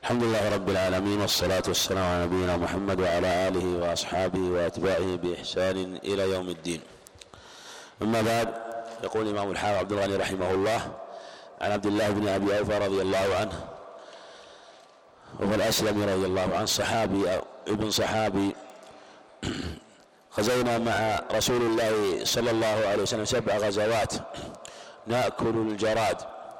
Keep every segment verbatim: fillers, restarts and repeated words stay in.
الحمد لله رب العالمين، والصلاة والسلام على نبينا محمد وعلى آله وأصحابه وأتباعه بإحسان إلى يوم الدين. أما بعد، يقول الإمام الحافظ عبد الغني رحمه الله عن عبد الله بن أبي أوفى رضي الله عنه وهو الأسلمي رضي الله عنه، صحابي أو ابن صحابي، غزونا مع رسول الله صلى الله عليه وسلم سبع غزوات نأكل الجراد،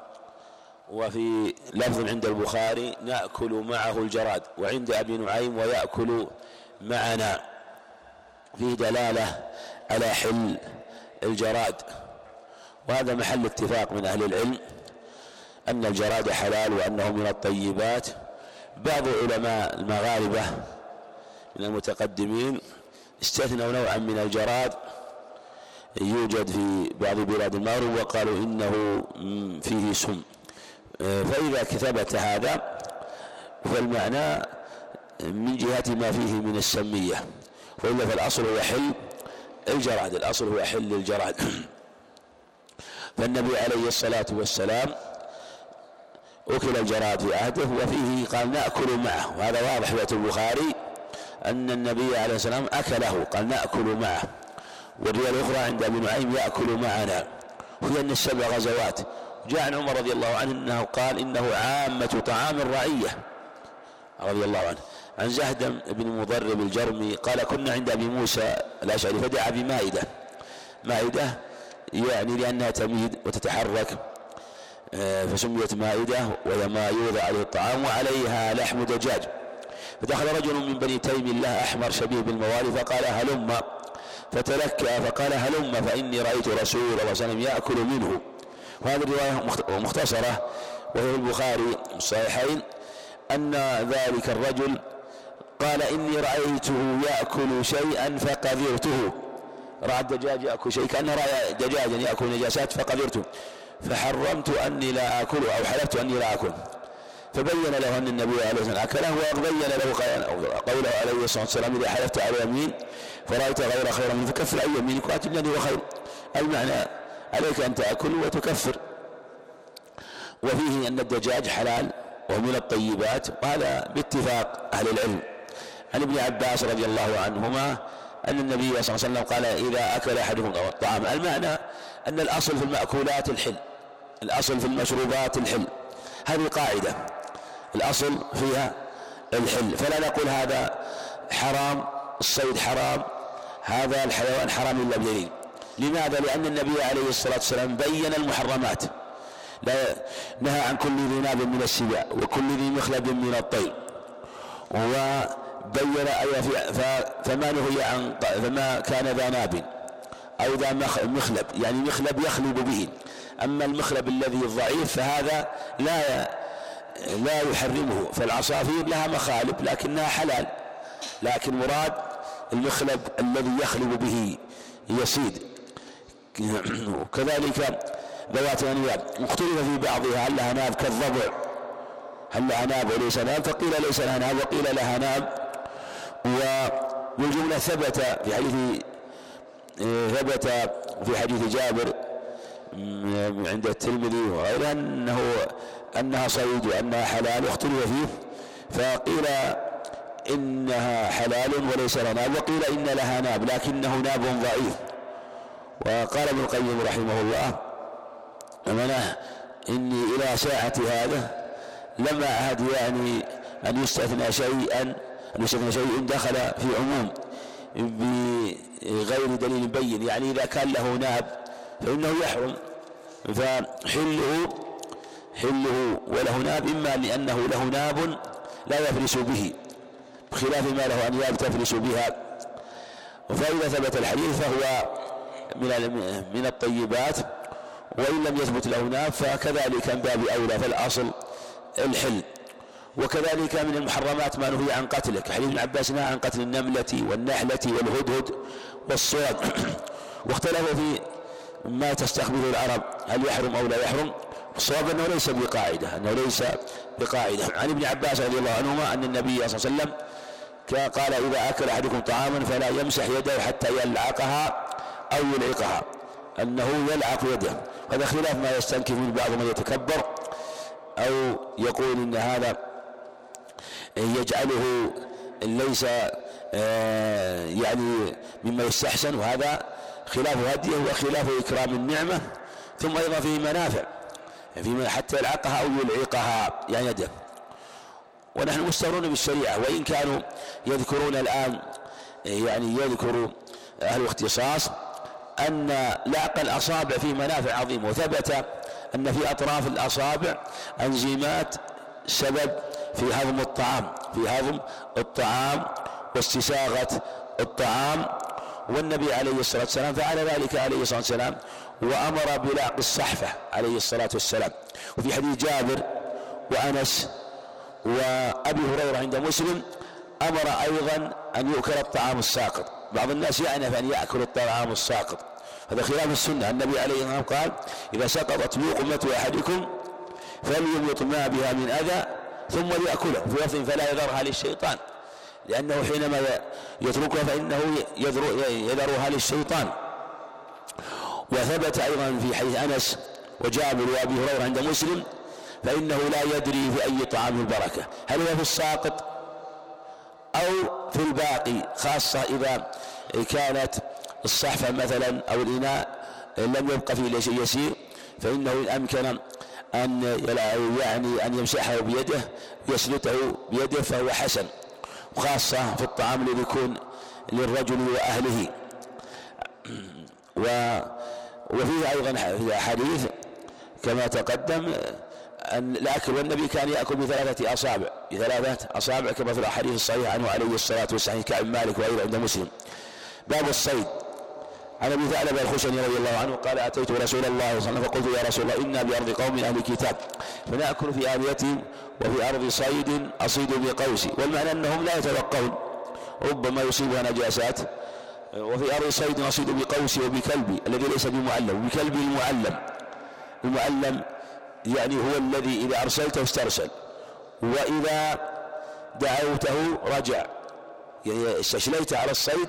وفي لفظ عند البخاري نأكل معه الجراد، وعند أبي نعيم ويأكل معنا، فيه دلالة على حل الجراد. وهذا محل اتفاق من أهل العلم أن الجراد حلال وأنه من الطيبات. بعض علماء المغاربة من المتقدمين استثنوا نوعا من الجراد يوجد في بعض بلاد المغرب وقالوا إنه فيه سم، فإذا ثبت هذا فالمعنى من جهة ما فيه من السمية، وإلا فالأصل هو حل الجراد، الأصل هو حل الجراد. فالنبي عليه الصلاة والسلام أكل الجراد في عهده، وفيه قال نأكل معه، وهذا واضح في البخاري أن النبي عليه السلام أكله، قال نأكل معه. والرواية الأخرى عند أبي نعيم يأكل معنا، وهي أن السبع غزوات. جاء عن عمر رضي الله عنه أنه قال إنه عامة طعام الرعية رضي الله عنه. عن زهد بن مضرب الجرمي قال كنا عند أبي موسى الأشعري فدعا بمائدة، مائدة يعني لأنها تميد وتتحرك فسميت مائدة، وهي ما يوضع عليه الطعام وعليها لحم دجاج. فدخل رجل من بني تيم الله أحمر شبيه بالموالي فقال هلم، فتلكأ فقال هلم فإني رأيت رسول الله صلى الله عليه وسلم يأكل منه. وهذه الرواية مختصرة وهي البخاري الصحيحين أن ذلك الرجل قال إني رأيته يأكل شيئا فقذرته، رأى الدجاج يأكل شيء كأنه رأى دجاجا يأكل نجاسات فقذرته، فحرمت أني لا أكله أو حلفت أني لا أكله. فبين له أن النبي عليه الصلاة والسلام أكله، وبين له قوله عليه الصلاة والسلام إذا حلفت على يمين فرأيت غير خيرا منه فكفر أي يمينك وأتم الذي هو خير، المعنى عليك أن تأكل وتكفر. وفيه أن الدجاج حلال ومن الطيبات، وهذا باتفاق أهل العلم. عن ابن عباس رضي الله عنهما أن النبي صلى الله عليه وسلم قال إذا أكل أحدكم الطعام، المعنى أن الأصل في المأكولات الحل، الأصل في المشروبات الحل، هذه قاعدة الأصل فيها الحل، فلا نقول هذا حرام، الصيد حرام، هذا الحيوان حرام إلا بدليل. لماذا؟ لأن النبي عليه الصلاة والسلام بين المحرمات، لا نهى عن كل ذي ناب من السباع وكل ذي مخلب من الطير، وبين فما نهي عن فما كان ذا ناب أو ذا مخلب، يعني مخلب يخلب به. أما المخلب الذي الضعيف فهذا لا لا يحرمه، فالعصافير لها مخالب لكنها حلال، لكن مراد المخلب الذي يخلب به يصيد. وكذلك ذوات الأنياب مختلف في بعضها هل لها ناب كالضبع، هل لها ناب وليس ناب، فقيل ليس لها ناب وقيل لها ناب. والجملة ثبت في حديث ثبت في حديث جابر عند الترمذي وغيره أنه أنها صيد وأنها حلال، واختلف فيه، فقيل إنها حلال وليس لها ناب، وقيل إن لها ناب لكنه ناب ضعيف. وقال ابن القيم رحمه الله أمنه إني إلى ساعة هذا لم أعهد يعني أن يستثنى شيئا أن يستثنى شيء دخل في عموم بغير دليل بين، يعني إذا كان له ناب فإنه يحرم، فحله حله وله ناب إما لأنه له ناب لا يفلس به بخلاف ما له أنياب تفلس بها. فإذا ثبت الحديث فهو من من الطيبات، وإن لم يثبت له ناب فكذلك من باب أولى، فالأصل الحل. وكذلك من المحرمات ما نهي عن قتله، كحديث ابن عباس نهى عن قتل النملة والنحلة والهدهد والصيد. واختلفوا في ما تستقبله العرب هل يحرم أو لا يحرم، الصواب أنه ليس بقاعدة، أنه ليس بقاعدة. عن ابن عباس رضي الله عنهما أن النبي صلى الله عليه وسلم قال إذا أكل أحدكم طعاما فلا يمسح يده حتى يلعقها أو يلعقها، أنه يلعق يده. هذا خلاف ما يستنكف من بعض من يتكبر أو يقول إن هذا يجعله ليس يعني مما يستحسن، وهذا خلاف هديه وخلاف إكرام النعمة. ثم أيضا فيه منافع، في حتى يلعقها أو يلعقها يعني يده. ونحن مستمرون بالشريعة، وإن كانوا يذكرون الآن يعني يذكر أهل الاختصاص أن لعق الأصابع فيه منافع عظيمة، وثبت أن في أطراف الأصابع أنزيمات سبب في هضم الطعام في هضم الطعام واستساغة الطعام. والنبي عليه الصلاة والسلام فعل ذلك عليه الصلاة والسلام، وأمر بلعق الصحفة عليه الصلاة والسلام. وفي حديث جابر وأنس وأبي هريرة عند مسلم أمر أيضا أن يؤكل الطعام الساقط. بعض الناس يعنف أن يأكل الطعام الساقط، هذا خلاف السنة. النبي عليه الصلاة والسلام قال: إذا سقطت لقمة أحدكم فليمط ما بها من أذى ثم ليأكله، في لفظ فلا يذرها للشيطان، لأنه حينما يتركها فإنه يذرها للشيطان. وثبت أيضا في حديث أنس وجابر وأبي هريرة عند مسلم: فإنه لا يدري في أي طعام البركة، هل هو في الساقط أو في الباقي، خاصة إذا كانت الصحفة مثلا أو الإناء لم يبقى فيه شيء يسير، فإنه إن أمكن أن يعني أن يمسحه بيده يسلته بيده فهو حسن، وخاصة في الطعام الذي يكون للرجل وأهله. وفيه أيضا في حديث كما تقدم أن الأكل، والنبي كان يأكل بثلاثة أصابع بثلاثة أصابع كما في الحديث الصحيح عنه عليه الصلاة والسلام، كعب مالك وغيره عند مسلم. باب الصيد. عن ابي ثعلبة الخشني رضي الله عنه قال: أتيت رسول الله صلى الله عليه وسلم فقلت: يا رسول الله، إنا بأرض قوم أهل كتاب فنأكل في آليتهم وفي أرض صيد أصيد بقوسي. والمعنى أنهم لا يتوقون، ربما يصيبها نجاسات. وفي أرض صيد أصيد بقوسي وبكلبي الذي ليس بمعلم، وبكلبي المعلم. المعلم يعني هو الذي إذا أرسلته استرسل، وإذا دعوته رجع، يعني استشليت على الصيد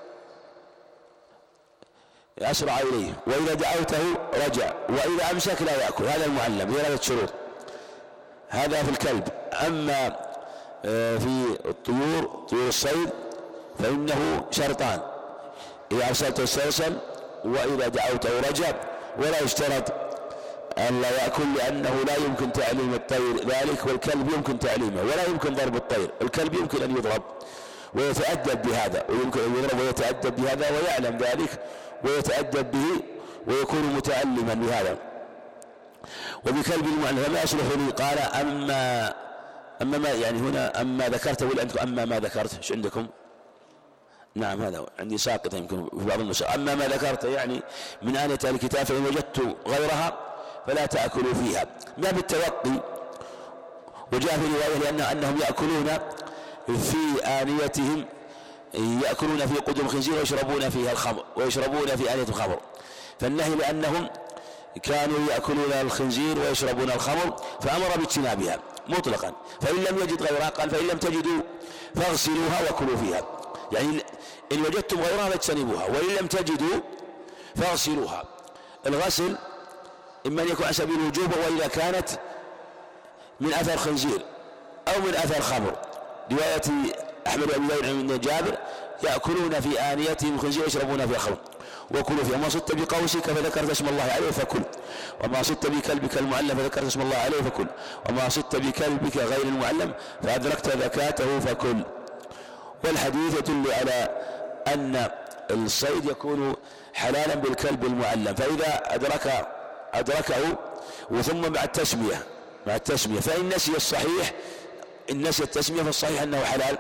أسرع إليه، وإذا دعوته رجع، وإذا أمسك لا يأكل. هذا المعلم بثلاثة شروط. هذا في الكلب. أما في الطيور طيور الصيد فإنه شرطان: إذا أرسلته استرسل، وإذا دعوته رجع. ولا يشترط أن لا يأكل، لأنه لا يمكن تعليم الطير ذلك، والكلب يمكن تعليمه، ولا يمكن ضرب الطير. الكلب يمكن أن يضرب ويتأدب بهذا، ويمكن أن يضرب ويتأدب بهذا ويعلم ذلك ويتأدب به ويكون متعلما بهذا. وبكلب المعلم فما يصلح لي. قال: أما أما ما يعني هنا أما ذكرته ولا عندكم أما ما ذكرت؟ ايش عندكم؟ نعم هذا عندي ساقط يمكن في بعض النسخ. أما ما ذكرت يعني من آنية الكتاب فإن وجدت غيرها فلا تأكلوا فيها، ما بالتوقي. وجاء في رواية لأن أنهم يأكلون في آنيتهم، يأكلون في قدم الخنزير ويشربون فيها الخمر ويشربون في آنية الخمر، فالنهي لأنهم كانوا يأكلون الخنزير ويشربون الخمر، فأمر باجتنابها مطلقا. فإن لم يجد غيرها قال: فإن لم تجدوا فاغسلوها وكلوا فيها، يعني إن وجدتم غيرها فاجتنبوها، وإن لم تجدوا فاغسلوها. الغسل إما أن يكون على سبيل الوجوب، وإذا كانت من أثر خنزير أو من أثر خمر. رواية أحمد وأبي داود عن جابر: يأكلون في آنيتهم الخنزير ويشربون فيها الخمر وكلوا فيها. وما صدت بقوسك فذكرت اسم الله عليه فكل، وما صدت بكلبك المعلم فذكرت اسم الله عليه فكل، وما صدت بكلبك غير المعلم فأدركت ذكاته فكل. والحديث يدل على أن الصيد يكون حلالا بالكلب المعلم، فإذا أدرك أدركه وثم مع التسمية مع التسمية فإن نسي الصحيح إن نسي التسمية فالصحيح أنه حلال.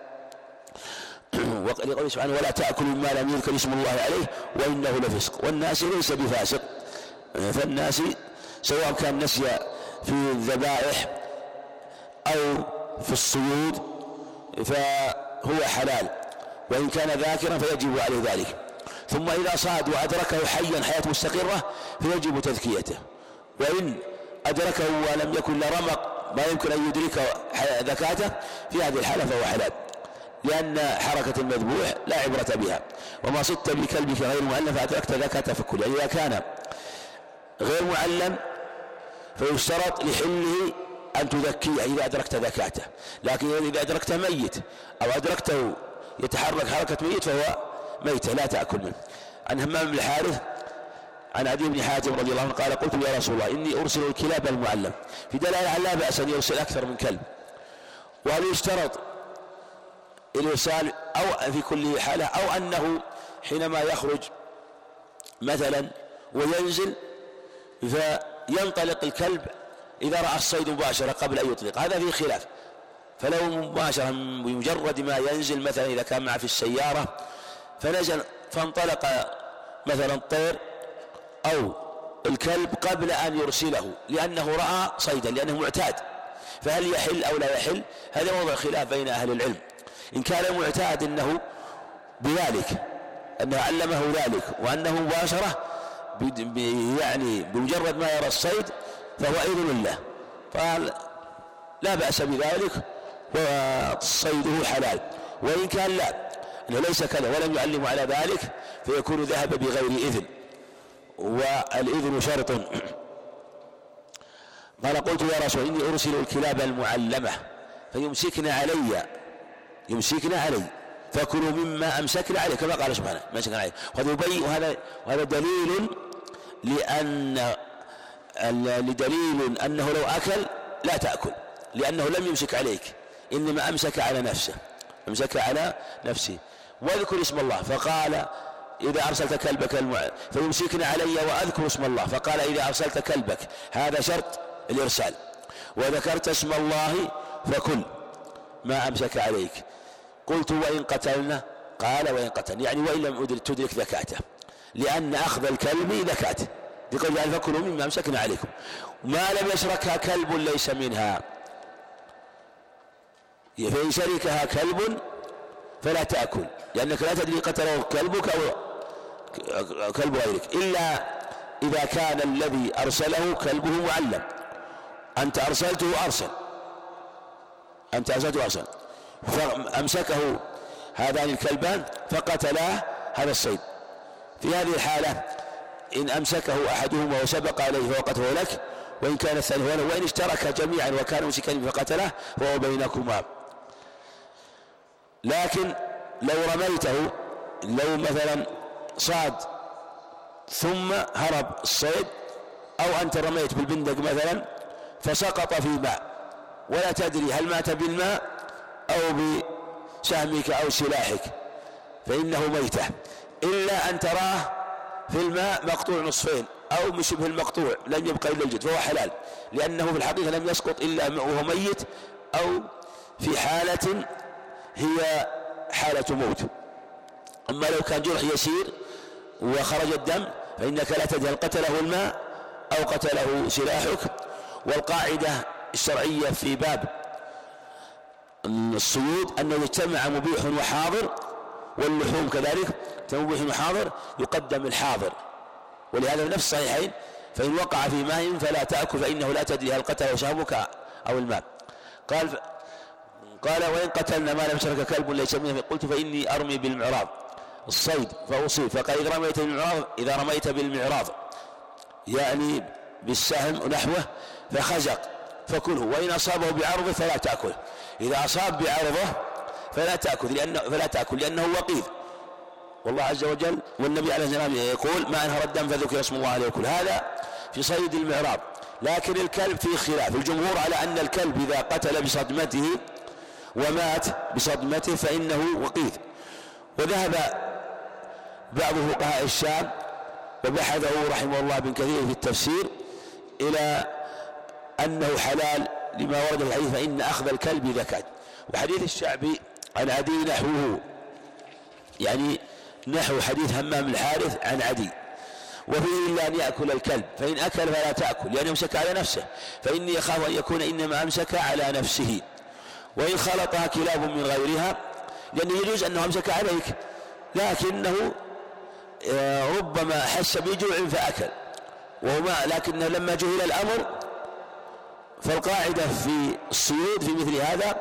وقال سبحانه: ولا تأكلوا مما لم يذكر اسم الله عليه وإنه لفسق. والناس ليس بفاسق، فالناس سواء كان نسي في الذبائح أو في الصيود فهو حلال، وإن كان ذاكرا فيجب عليه ذلك. ثم إذا صاد وأدركه حيا حياة مستقرة فيجب تذكيته، وإن أدركه ولم يكن لرمق ما يمكن أن يدرك ذكاته في هذه الحالة فهو حلال، لأن حركة المذبوح لا عبرة بها. وما صدت بكلبك غير معلم فأدركت ذكاته فكل، يعني إذا كان غير معلم فيشترط لحله أن تذكيه إذا أدركت ذكاته، لكن إذا أدركت ميت أو أدركته يتحرك حركة ميت فهو ميت لا تأكل منه. عن همام بن الحارث عن عدي بن حاتم رضي الله عنه قال قلت يا رسول الله إني أرسل الكلاب المعلم، في دلالة على لا بأس أن يرسل أكثر من كلب، وهل يشترط الإرسال أو في كل حالة أو أنه حينما يخرج مثلا وينزل فينطلق الكلب إذا رأى الصيد مباشرة قبل أن يطلق؟ هذا فيه خلاف. فلو مباشرة بمجرد ما ينزل مثلا إذا كان معه في السيارة فنزل فانطلق مثلا الطير أو الكلب قبل أن يرسله لأنه رأى صيدا لأنه معتاد، فهل يحل أو لا يحل؟ هذا موضع خلاف بين أهل العلم. إن كان معتاد أنه بذلك أنه علمه ذلك وأنه مباشرة يعني بمجرد ما يرى الصيد فهو إذن له قال لا بأس بذلك وصيده حلال. وإن كان لا أنه ليس كذا ولم يعلم على ذلك فيكون ذهب بغير إذن، والإذن شرط. قال قلت يا رسول إني أرسل الكلاب المعلمة فيمسكن علي يمسكن علي فكلوا مما أمسكن عليه كما قال سبحانه ما أمسكن عليه. وهذا وهذا دليل لأن لدليل أنه لو أكل لا تأكل لأنه لم يمسك عليك إنما أمسك على نفسه أمسك على نفسه. واذكر اسم الله فقال إذا أرسلت كلبك المع... فيمسكن علي وأذكر اسم الله فقال إذا أرسلت كلبك، هذا شرط الإرسال. وذكرت اسم الله فكل ما أمسك عليك. قلت وإن قتلنا؟ قال وإن قتل يعني وإن لم تدرك ذكاته، لأن أخذ الكلب ذكاته يقول يعني فكلوا مما أمسكنا عليكم. ما لم يشركها كلب ليس منها، فإن شركها كلب فلا تأكل لأنك لا تدري قتله كلبك أو كلب غيرك، إلا إذا كان الذي أرسله كلبه معلم. أنت أرسلته أرسل أنت أرسلته أرسل فأمسكه هذان الكلبان فقتلا هذا الصيد. في هذه الحالة إن أمسكه أحدهما وسبق عليه فوقته لك، وإن كان الثاني هو له، وإن اشترك جميعا وكانوا مسكين فقتله فهو بينكما. لكن لو رميته لو مثلا صاد ثم هرب الصيد أو أنت رميت بالبندق مثلا فسقط في ماء ولا تدري هل مات بالماء أو بسهمك أو سلاحك فإنه ميتة، إلا أن تراه في الماء مقطوع نصفين أو مش شبه المقطوع لن يبقى إلا الجلد فهو حلال، لأنه في الحقيقة لم يسقط إلا وهو ميت أو في حالة هي حالة موت. أما لو كان جرح يسير وخرج الدم فإنك لا تدري هل قتله الماء أو قتله سلاحك. والقاعدة الشرعية في باب الصيود أنه يجتمع مبيح وحاضر، واللحوم كذلك مبيح وحاضر يقدم الحاضر، ولهذا نفس الصحيحين فإن وقع في ماء فلا تأكل فإنه لا تدري هل قتله سهمك أو الماء. قال قال وإن قتلنا ما لم يشرك كلب ليس منه قلت فإني أرمي بالمعراض الصيد فأصيب فقال إذا رميت بالمعراض إذا رميت بالمعراض يعني بالسهم نحوه فخزق فكله، وإن أصابه بعرضه فلا تأكل. إذا أصاب بعرضه فلا تأكل لأنه فلا تأكل لأنه وقيد، والله عز وجل والنبي عليه الصلاة والسلام يقول ما أنهر الدم فذكر اسم الله عليه يأكل. هذا في صيد المعراض. لكن الكلب فيه خلاف، الجمهور على أن الكلب إذا قتل بصدمته ومات بصدمته فإنه وقيد. وذهب بعض فقهاء الشام وبحثه رحمه الله ابن كثير في التفسير إلى أنه حلال لما ورد في الحديث فإن أخذ الكلب زكاة. وحديث الشعبي عن عدي نحوه يعني نحو حديث همام الحارث عن عدي، وفيه إلا أن يأكل الكلب فإن أكل فلا تأكل لأنه أمسك على نفسه فإني أخاف أن يكون إنما أمسك على نفسه. وإن خلطها كلاب من غيرها لأنه يجوز أنه أمسك عليك لكنه ربما حس بجوع فأكل وما لكنه لما جهل الأمر. فالقاعدة في الصيود في مثل هذا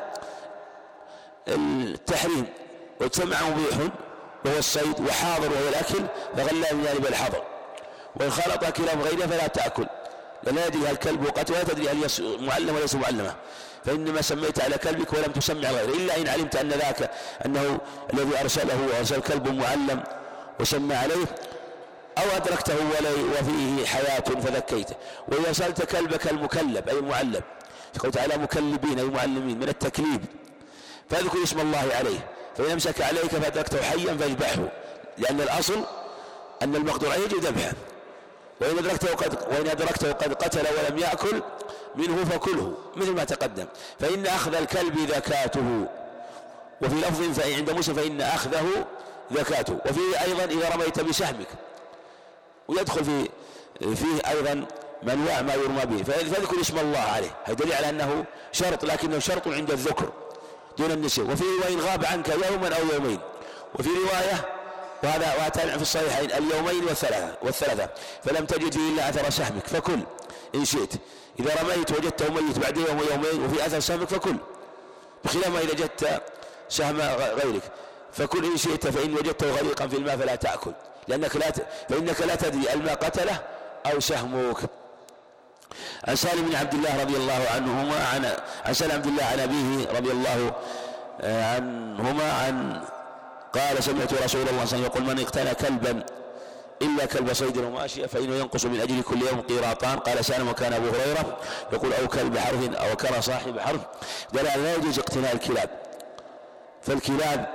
التحريم، واجتمع مبيح وهو الصيد وحاضر وهو الأكل فغلى من جانب الحظر. وإن خلط كلاب غيره فلا تأكل لا يدري هل كلبه قتل ولا تدري هل معلم وليس معلمه، فإنما سميت على كلبك ولم تسمع غيره، إلا إن علمت أن ذاك أنه الذي أرسله وأرسل كلب معلم وسمى عليه، أو أدركته وفيه حياة فذكيته. وإذا سألت كلبك المكلب أي المعلم، قال تعالى مكلبين أي معلمين من التكليب، فاذكر اسم الله عليه، فإن أمسك عليك فأدركته حيا فاذبحه، لأن الأصل أن المقدور عليه يجب ذبحه. وإن أدركته قد وإن أدركته قد قتل ولم يأكل منه فكله، مثل ما تقدم. فإن أخذ الكلب ذكاته، وفي لفظ عند مسلم فإن أخذه ذكاته. وفيه أيضا إذا رميت بسهمك، ويدخل في فيه أيضا منوع ما يرمى به، فاذكر اسم الله عليه، هذا دليل على أنه شرط، لكنه شرط عند الذكر دون النساء. وفي وإن غاب عنك يوما أو يومين، وفي رواية وهذا واتابع في الصحيحين اليومين والثلاثة والثلاثة فلم تجد فيه إلا أثر سهمك فكل إن شئت. إذا رميت وجدته ميت بعد يوم ويومين وفي أثر سهمك فكل، بخلاف ما إذا وجدت سهم غيرك فكل إن شئت، فإن وجدته غريقا في الماء فلا تأكل، لأنك لا ت... فإنك لا تدري الماء قتله أو سهمك. عن سالم بن عبد الله رضي الله عنهما عن عن سالم عبد الله عن أبيه رضي الله عنهما عن قال سمعت رسول الله صلى الله عليه وسلم يقول من اقتنى كلبا إلا كلب صيد وماشية فإنه ينقص من أجل كل يوم قيراطان. قال سالم وكان أبو هريرة يقول أو كلب حرث أو كان صاحب حرث. دلالة لا يجوز اقتناء الكلاب، فالكلاب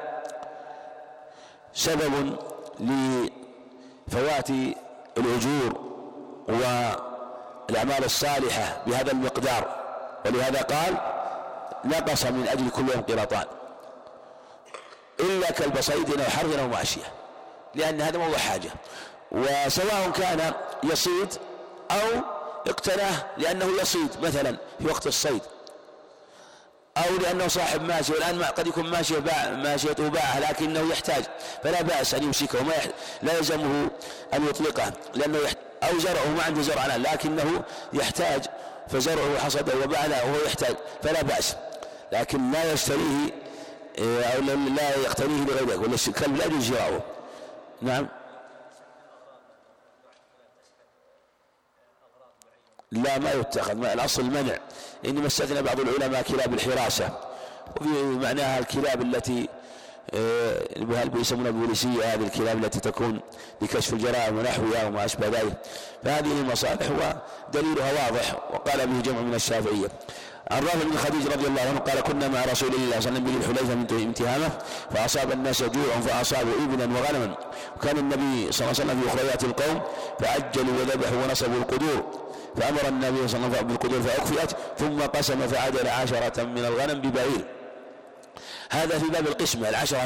سبب لفوات الأجور والأعمال الصالحة بهذا المقدار، ولهذا قال نقص من أجل كل يوم قيراطان إلا كلب صيد أو حرث أو ماشية، لأن هذا موضوع حاجة. وسواء كان يصيد أو اقتناه لأنه يصيد مثلا في وقت الصيد، أو لأنه صاحب ماشية، والآن قد يكون ماشية باع ماشيته باعها لكنه يحتاج، فلا بأس أن يمسكه وما يحتاج لا يلزمه أن يطلقه لأنه يحتاج. أو زرعه ما عنده زرع لكنه يحتاج فزرعه حصده وباعه وهو يحتاج فلا بأس، لكن لا يشتريه أو لا يقتنيه لغيره، ولا الكلب لا يجوز شراؤه. نعم لا ما يتخذ، ما الأصل المنع، إنما استثنى بعض العلماء كلاب الحراسة، وفي معناها الكلاب التي هل بيسمونها البوليسية، هذه الكلاب التي تكون لكشف الجرائم ونحوها وما أشبه ذلك، فهذه المصالح ودليلها واضح، وقال به جمع من الشافعية. عن رافع بن خديج رضي الله عنه قال كنا مع رسول الله صلى الله عليه وسلم بذي الحليفة من امتهامه فأصاب الناس جوع فأصابوا إبلا وغنما، وكان النبي صلى الله عليه وسلم في أخريات القوم فعجلوا وذبحوا ونصبوا القدور، فأمر النبي صلى الله عليه وسلم بالقدور فأكفئت ثم قسم فعدل عشرة من الغنم ببعير. هذا في باب القسمة العشرة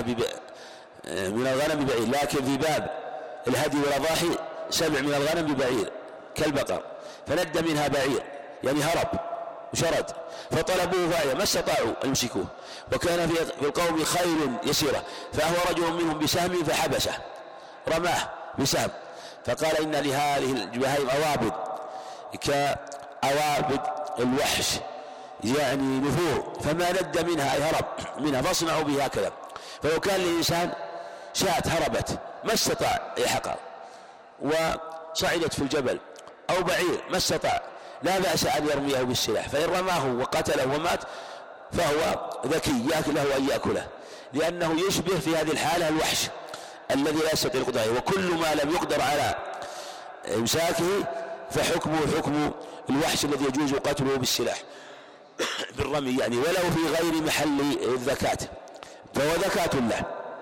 من الغنم ببعير، لكن في باب الهدي والأضاحي سبع من الغنم ببعير كالبقر، فند منها بعير يعني هرب وشرد، فطلبوه فأيا ما استطاعوا أن يمسكوه، وكان في القوم خيل يسيرة، فهو رجل منهم بسهم فحبسه رماه بسهم، فقال إن لهذه البهائم أوابد كأوابد الوحش يعني نفور، فما ند منها أي هرب منها فاصنعوا به هكذا. فلو كان الإنسان شاة هربت ما استطاع يحقر وصعدت في الجبل أو بعير ما استطاع لا بأس أن يرميه بالسلاح، فإن رماه وقتله ومات فهو ذكي له أن يأكله، لأنه يشبه في هذه الحالة الوحش الذي لا يستطيع القدرة عليه، وكل ما لم يقدر على إمساكه فحكمه حكم الوحش الذي يجوز قتله بالسلاح بالرمي يعني، ولو في غير محل الذكاة فهو ذكاة له.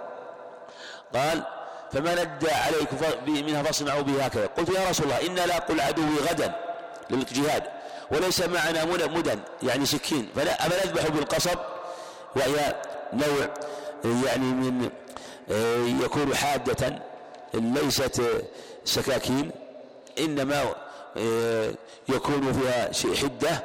قال فما ندى عليكم منها فاصنعوا به هكذا. قلت يا رسول الله إنا لاقوا العدو غدا للجهاد وليس معنا مدن يعني سكين، فلا أما نذبح بالقصب وهي نوع يعني من يكون حادة ليست سكاكين، إنما يكون فيها شيء حدة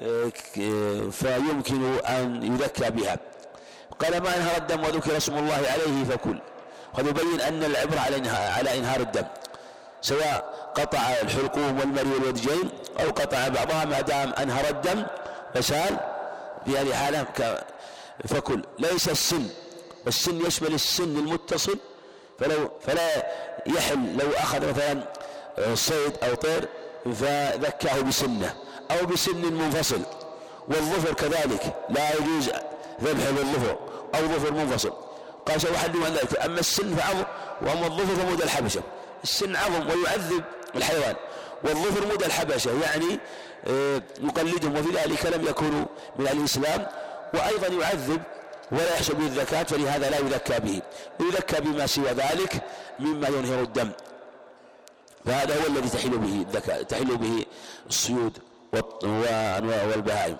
فيمكن أن يذكى بها. قال ما انهر الدم وذكر اسم الله عليه فكل. قد يبين أن العبرة على إنهار الدم سواء قطع الحلقوم والمري والودجين أو قطع بعضها ما دام أنهر الدم وسال في هذه الحالة فكل. ليس السن، والسن يشمل السن المتصل، فلو فلا يحل لو أخذ مثلا صيد أو طير فذكاه بسنة أو بسن منفصل. والظفر كذلك لا يجوز ذبح للظفر أو ظفر منفصل، قال سأحلم عن ذلك. أما السن فعظم، وأما الظفر فمدى الحبشة. السن عظم ويعذب الحيوان، والظفر مدى الحبشة يعني يقلدهم، وفي ذلك لم يكونوا من الإسلام، وأيضا يعذب ولا يحسب به الزكاة، فلهذا لا يذكى به، يذكى بما سوى ذلك مما ينهر الدم. فهذا هو الذي تحل به الذكاء، تحل به الصيود والبهائم.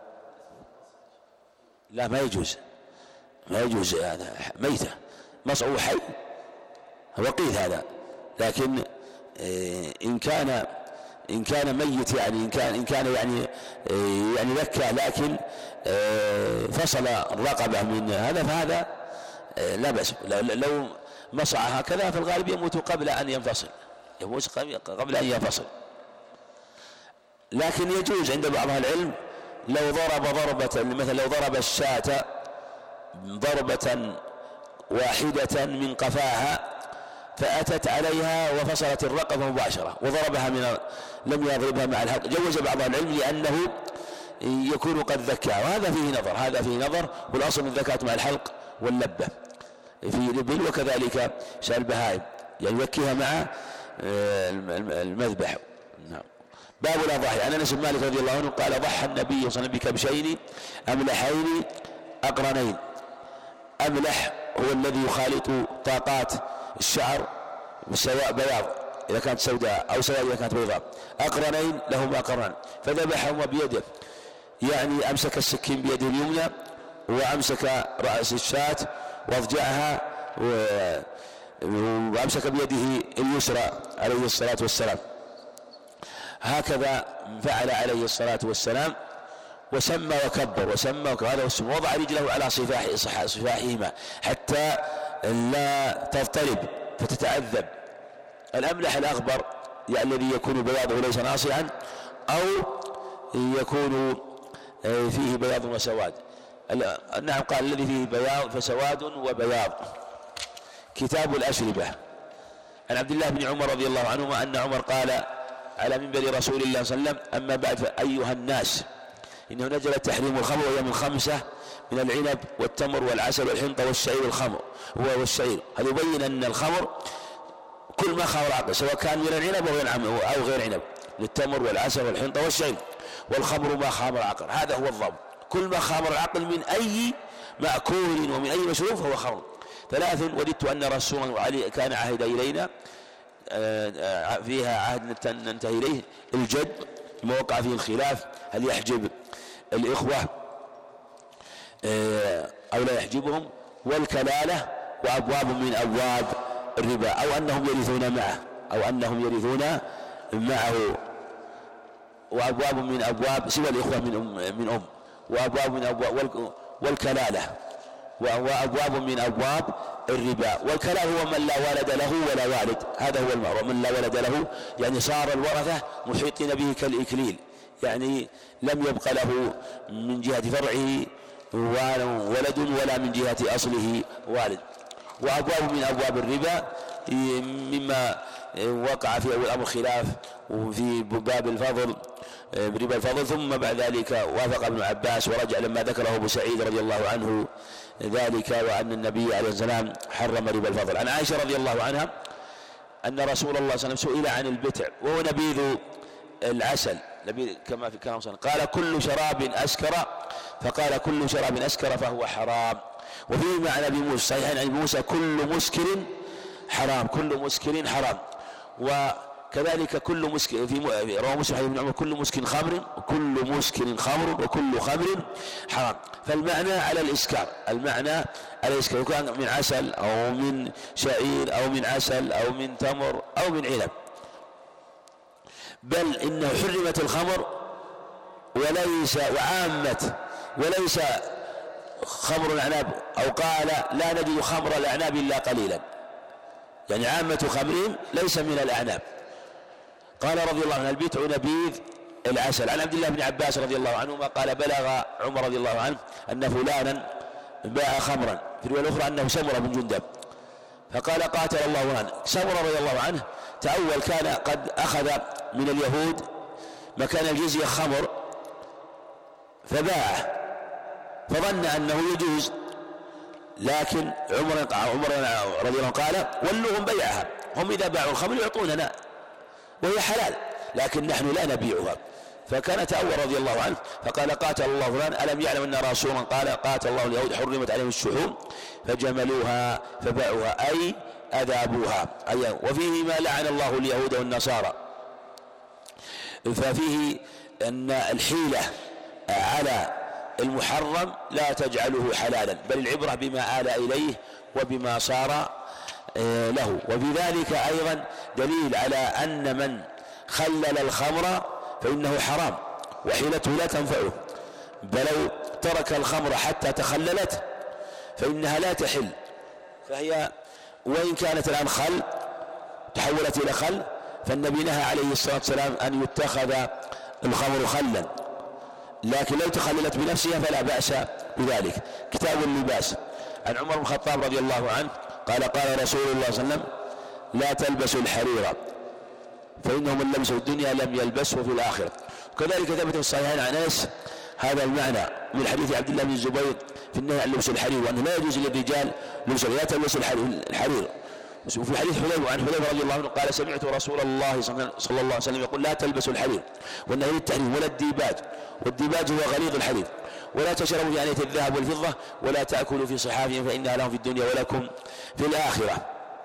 لا ما يجوز، ما يجوز هذا ميتة، مصعو حي وقيد هذا. لكن إن كان إن كان ميت يعني إن كان إن كان يعني يعني ذكى لكن فصل الرقبة من هذا فهذا لا بأس. لو مصع هكذا فالغالب يموت قبل أن ينفصل، يموت قبل أن ينفصل. لكن يجوز عند بعض أهل العلم لو ضرب ضربة، مثلا لو ضرب الشاة ضربة واحدة من قفاها فأتت عليها وفصلت الرقبة مباشرة وضربها من لم يضربها مع الحلق، جوز بعض العلم لأنه يكون قد ذكى، وهذا فيه نظر، هذا فيه نظر. والأصل الذكاة مع الحلق واللبة في الإبل، وكذلك سائر البهائم يعني يذكيها مع المذبح. نعم. باب الأضاحي. عن أنس بن مالك رضي الله عنه قال ضحى النبي صلى الله عليه وسلم بكبشين أملحين أقرنين. أملح هو الذي يخالط طاقات الشعر سواء بياض إذا كانت سوداء أو سواء إذا كانت بيضاء. أقرنين لهما قرن فذبحهما بيده، يعني أمسك السكين بيده اليمنى وأمسك رأس الشاة واضجعها وأمسك بيده اليسرى عليه الصلاة والسلام. هكذا فعل عليه الصلاة والسلام، وسمى وكبر وسمى وهذا والسم، وضع رجله على صفاح صفاحهما حتى لا تضطرب فتتعذب. الأملح الأغبر يعني الذي يكون بياضه ليس ناصعا أو يكون فيه بياض وسواد. نعم قال الذي فيه بياض فسواد وبياض. كتاب الأشربة. عن عبد الله بن عمر رضي الله عنهما أن عمر قال على منبر رسول الله صلى الله عليه وسلم أما بعد فأيها الناس إنه نزل تحريم الخمر وهي من خمسة من العنب والتمر والعسل والحنطة والشعير والخمر والشعير. هذا يبين أن الخمر كل ما خمر عقل سواء كان من العنب أو غير عنب، للتمر والعسل والحنطة والشعير. والخمر ما خمر عقل، هذا هو الضبط، كل ما خمر العقل من أي مأكول ومن أي مشروب فهو خمر. ثلاث وددت أن رسول الله كان عهد إلينا فيها عهد ننتهي إليه: الجد ما وقع فيه الخلاف هل يحجب الإخوة أو لا يحجبهم، والكلالة، وأبواب من أبواب الربا، أو أنهم يرثون معه أو أنهم يرثون معه، وأبواب من أبواب سوى الإخوة من أم, من أم وأبواب من أبواب والكلالة، وأبواب من أبواب الربا. والكلال هو من لا ولد له ولا والد، هذا هو المعروف، من لا ولد له يعني صار الورثة محيطين به كالإكليل، يعني لم يبق له من جهة فرعه ولد ولا من جهة أصله والد. وأبواب من أبواب الربا مما وقع في أول الأمر خلاف وفي باب الفضل ربا الفضل. ثم بعد ذلك وافق ابن عباس ورجع لما ذكره أبو سعيد رضي الله عنه ذلك، وأن النبي عليه السلام حرم ربا الفضل. عن عائشة رضي الله عنها أن رسول الله صلى الله عليه وسلم سئل عن البتع وهو نبيذ العسل كما في كلام صلى الله عليه وسلم، قال كل شراب أسكر، فقال كل شراب أسكر فهو حرام. وفيه معنى ابي موسى صحيح عن موسى كل مسكر حرام، كل مسكر حرام. وكذلك كل مسكر في رواه مسلم بن عمر كل مسكر خمر وكل مسكر خمر وكل خمر حرام. فالمعنى على الإسكار، المعنى على الإسكار، كان من عسل أو من شعير أو من عسل أو من تمر أو من عنب. بل إنه حرمت الخمر وليس وعامة وليس خمر الأعناب، أو قال لا نجد خمر الأعناب إلا قليلا، يعني عامة خمرهم ليس من الأعناب. قال رضي الله عنه البتع نبيذ العسل. عن عبد الله بن عباس رضي الله عنهما قال بلغ عمر رضي الله عنه أن فلانا باع خمرا، في الرواية الأخرى أنه سمر بن جندب، فقال قاتل الله فلان. سمرة رضي الله عنه تأول كان قد أخذ من اليهود مكان الجزية خمر فباعه فظن أنه يجوز، لكن عمر عمر رضي الله عنه قال ولوهم بيعها، هم إذا باعوا الخمر يعطوننا وهي حلال لكن نحن لا نبيعها. فكان تأول رضي الله عنه فقال قاتل الله فلان ألم يعلم أن رسولا قال قاتل الله اليهود حرمت عليهم الشحوم فجملوها فباعوها أي أذابوها. أي وفيه ما لعن الله اليهود والنصارى، ففيه أن الحيلة على المحرم لا تجعله حلالا، بل العبرة بما آل إليه وبما صار له. وفي ذلك أيضا دليل على أن من خلل الخمر فإنه حرام وحيلته لا تنفعه، بل لو ترك الخمر حتى تخللت فإنها لا تحل، فهي وإن كانت الآن خل تحولت إلى خل، فالنبي نهى عليه الصلاة والسلام أن يتخذ الخمر خلا، لكن لو تخللت بنفسها فلا بأس بذلك. كتاب اللباس عن عمر بن الخطاب رضي الله عنه قال قال رسول الله صلى الله عليه وسلم لا تلبسوا الحرير فإنه من لبسه الدنيا لم يلبسه في الآخرة. كذلك ثبت في الصحيحين عن أنس هذا المعنى من حديث عبد الله بن الزبير في النهي عن لبس الحرير، وأنه لا يجوز للرجال لبس لا تلبس الحرير. وفي حديث حذيفة عن حذيفة رضي الله عنه قال سمعت رسول الله صلى الله عليه وسلم يقول لا تلبسوا الحرير، والنهي للتحريم، ولا الديباج، والديباج هو غليظ الحرير، ولا تشربوا في آنية الذهب والفضة، ولا تأكلوا في صحافهم فإنها لهم في الدنيا ولكم في الآخرة.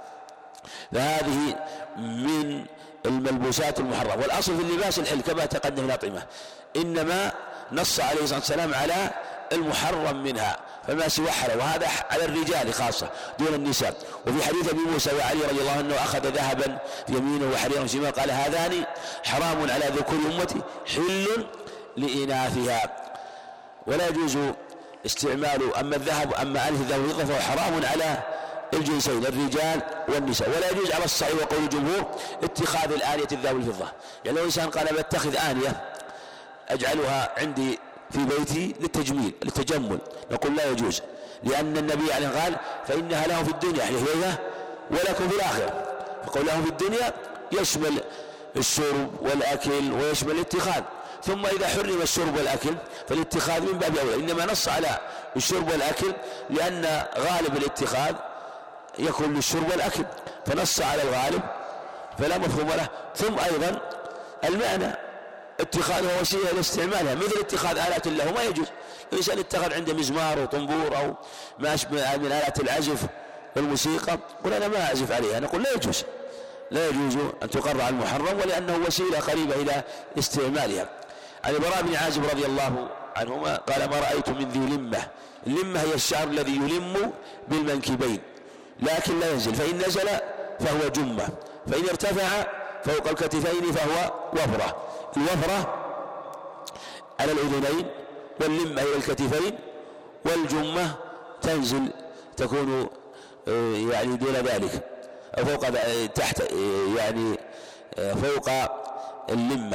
فهذه من الملبوسات المحرمة. والأصل في اللباس الحل كما تقدم في الأطعمة، إنما نص عليه الصلاة والسلام على المحرم منها فما سوى حرام، وهذا على الرجال خاصة دون النساء. وفي حديث أبي موسى وعلي رضي الله عنه أخذ ذهبا في يمينه وحريرا في شماله قال هذان حرام على ذكور أمتي حل لإناثها، ولا يجوز استعماله. أما الذهب أما آلة الذهب والفضة فهو حرام على الجنسين الرجال والنساء. ولا يجوز على الصحيح وقول الجمهور اتخاذ الآنية الذهب والفضة، يعني لو إنسان قال بتخذ آنية أجعلها عندي في بيتي للتجميل للتجمل، نقول لا يجوز، لأن النبي عليه قال فإنها لهم في الدنيا حلية ولكم في الآخرة. فقول لهم في الدنيا يشمل الشرب والأكل ويشمل الاتخاذ، ثم إذا حرم الشرب والأكل فالاتخاذ من باب أولى. إنما نص على الشرب والأكل لأن غالب الاتخاذ يكون للشرب والأكل، فنص على الغالب فلا مفهوم له. ثم أيضا المعنى اتخاذها وسيلة لاستعمالها، مثل اتخاذ آلات له ما يجوز. الإنسان اتخذ عنده مزمار وطنبور أو ما أشبه من آلات العزف والموسيقى قل أنا ما أعزف عليها، نقول لا يجوز، لا يجوز أن تقر على المحرم، ولأنه وسيلة قريبة إلى استعمالها. عن البراء بن عازب رضي الله عنهما قال ما رأيت من ذي لمة. اللمة هي الشعر الذي يلم بالمنكبين لكن لا ينزل، فإن نزل فهو جمة، فإن ارتفع فوق الكتفين فهو وفرة. الوفرة على الأذنين، واللمة إلى الكتفين، والجمة تنزل تكون يعني دون ذلك أو فوق تحت يعني فوق اللمة.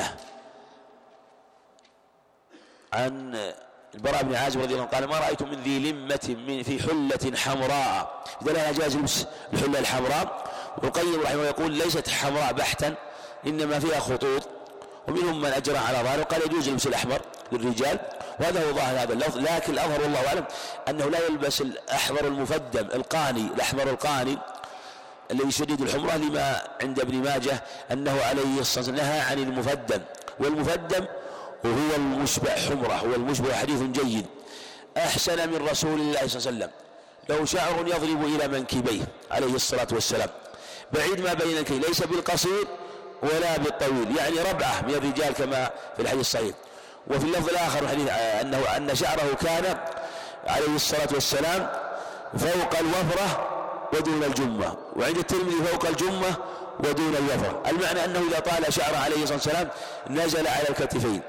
عن البراء بن عازب رضي الله عنه قال ما رأيت من ذي لمة من في حلة حمراء، إذا لا جاز لبس الحلة الحمراء. والقيم رحمه يقول ليست حمراء بحتا إنما فيها خطوط، ومنهم من أجرى على ظاهره وقال يجوز لبس الأحمر للرجال، وهذا هو ظاهر هذا اللفظ. لكن الأظهر والله أعلم أنه لا يلبس الأحمر المفدم القاني، الأحمر القاني الذي شديد الحمرة، لما عند ابن ماجه أنه عليه الصلاة والسلام نهى عن المفدم، والمفدم وهو المشبع حمرة، هو المشبع. حديث جيد أحسن من رسول الله صلى الله عليه وسلم له شعر يضرب إلى منكبيه عليه الصلاة والسلام بعيد ما بين الكي، ليس بالقصير ولا بالطويل، يعني ربعة من الرجال كما في الحديث الصحيح. وفي اللفظ الآخر الحديث أنه أن شعره كان عليه الصلاة والسلام فوق الوفرة ودون الجمة، وعند الترمذي فوق الجمة ودون الوفرة. المعنى أنه إذا طال شعره عليه الصلاة والسلام نزل على الكتفين،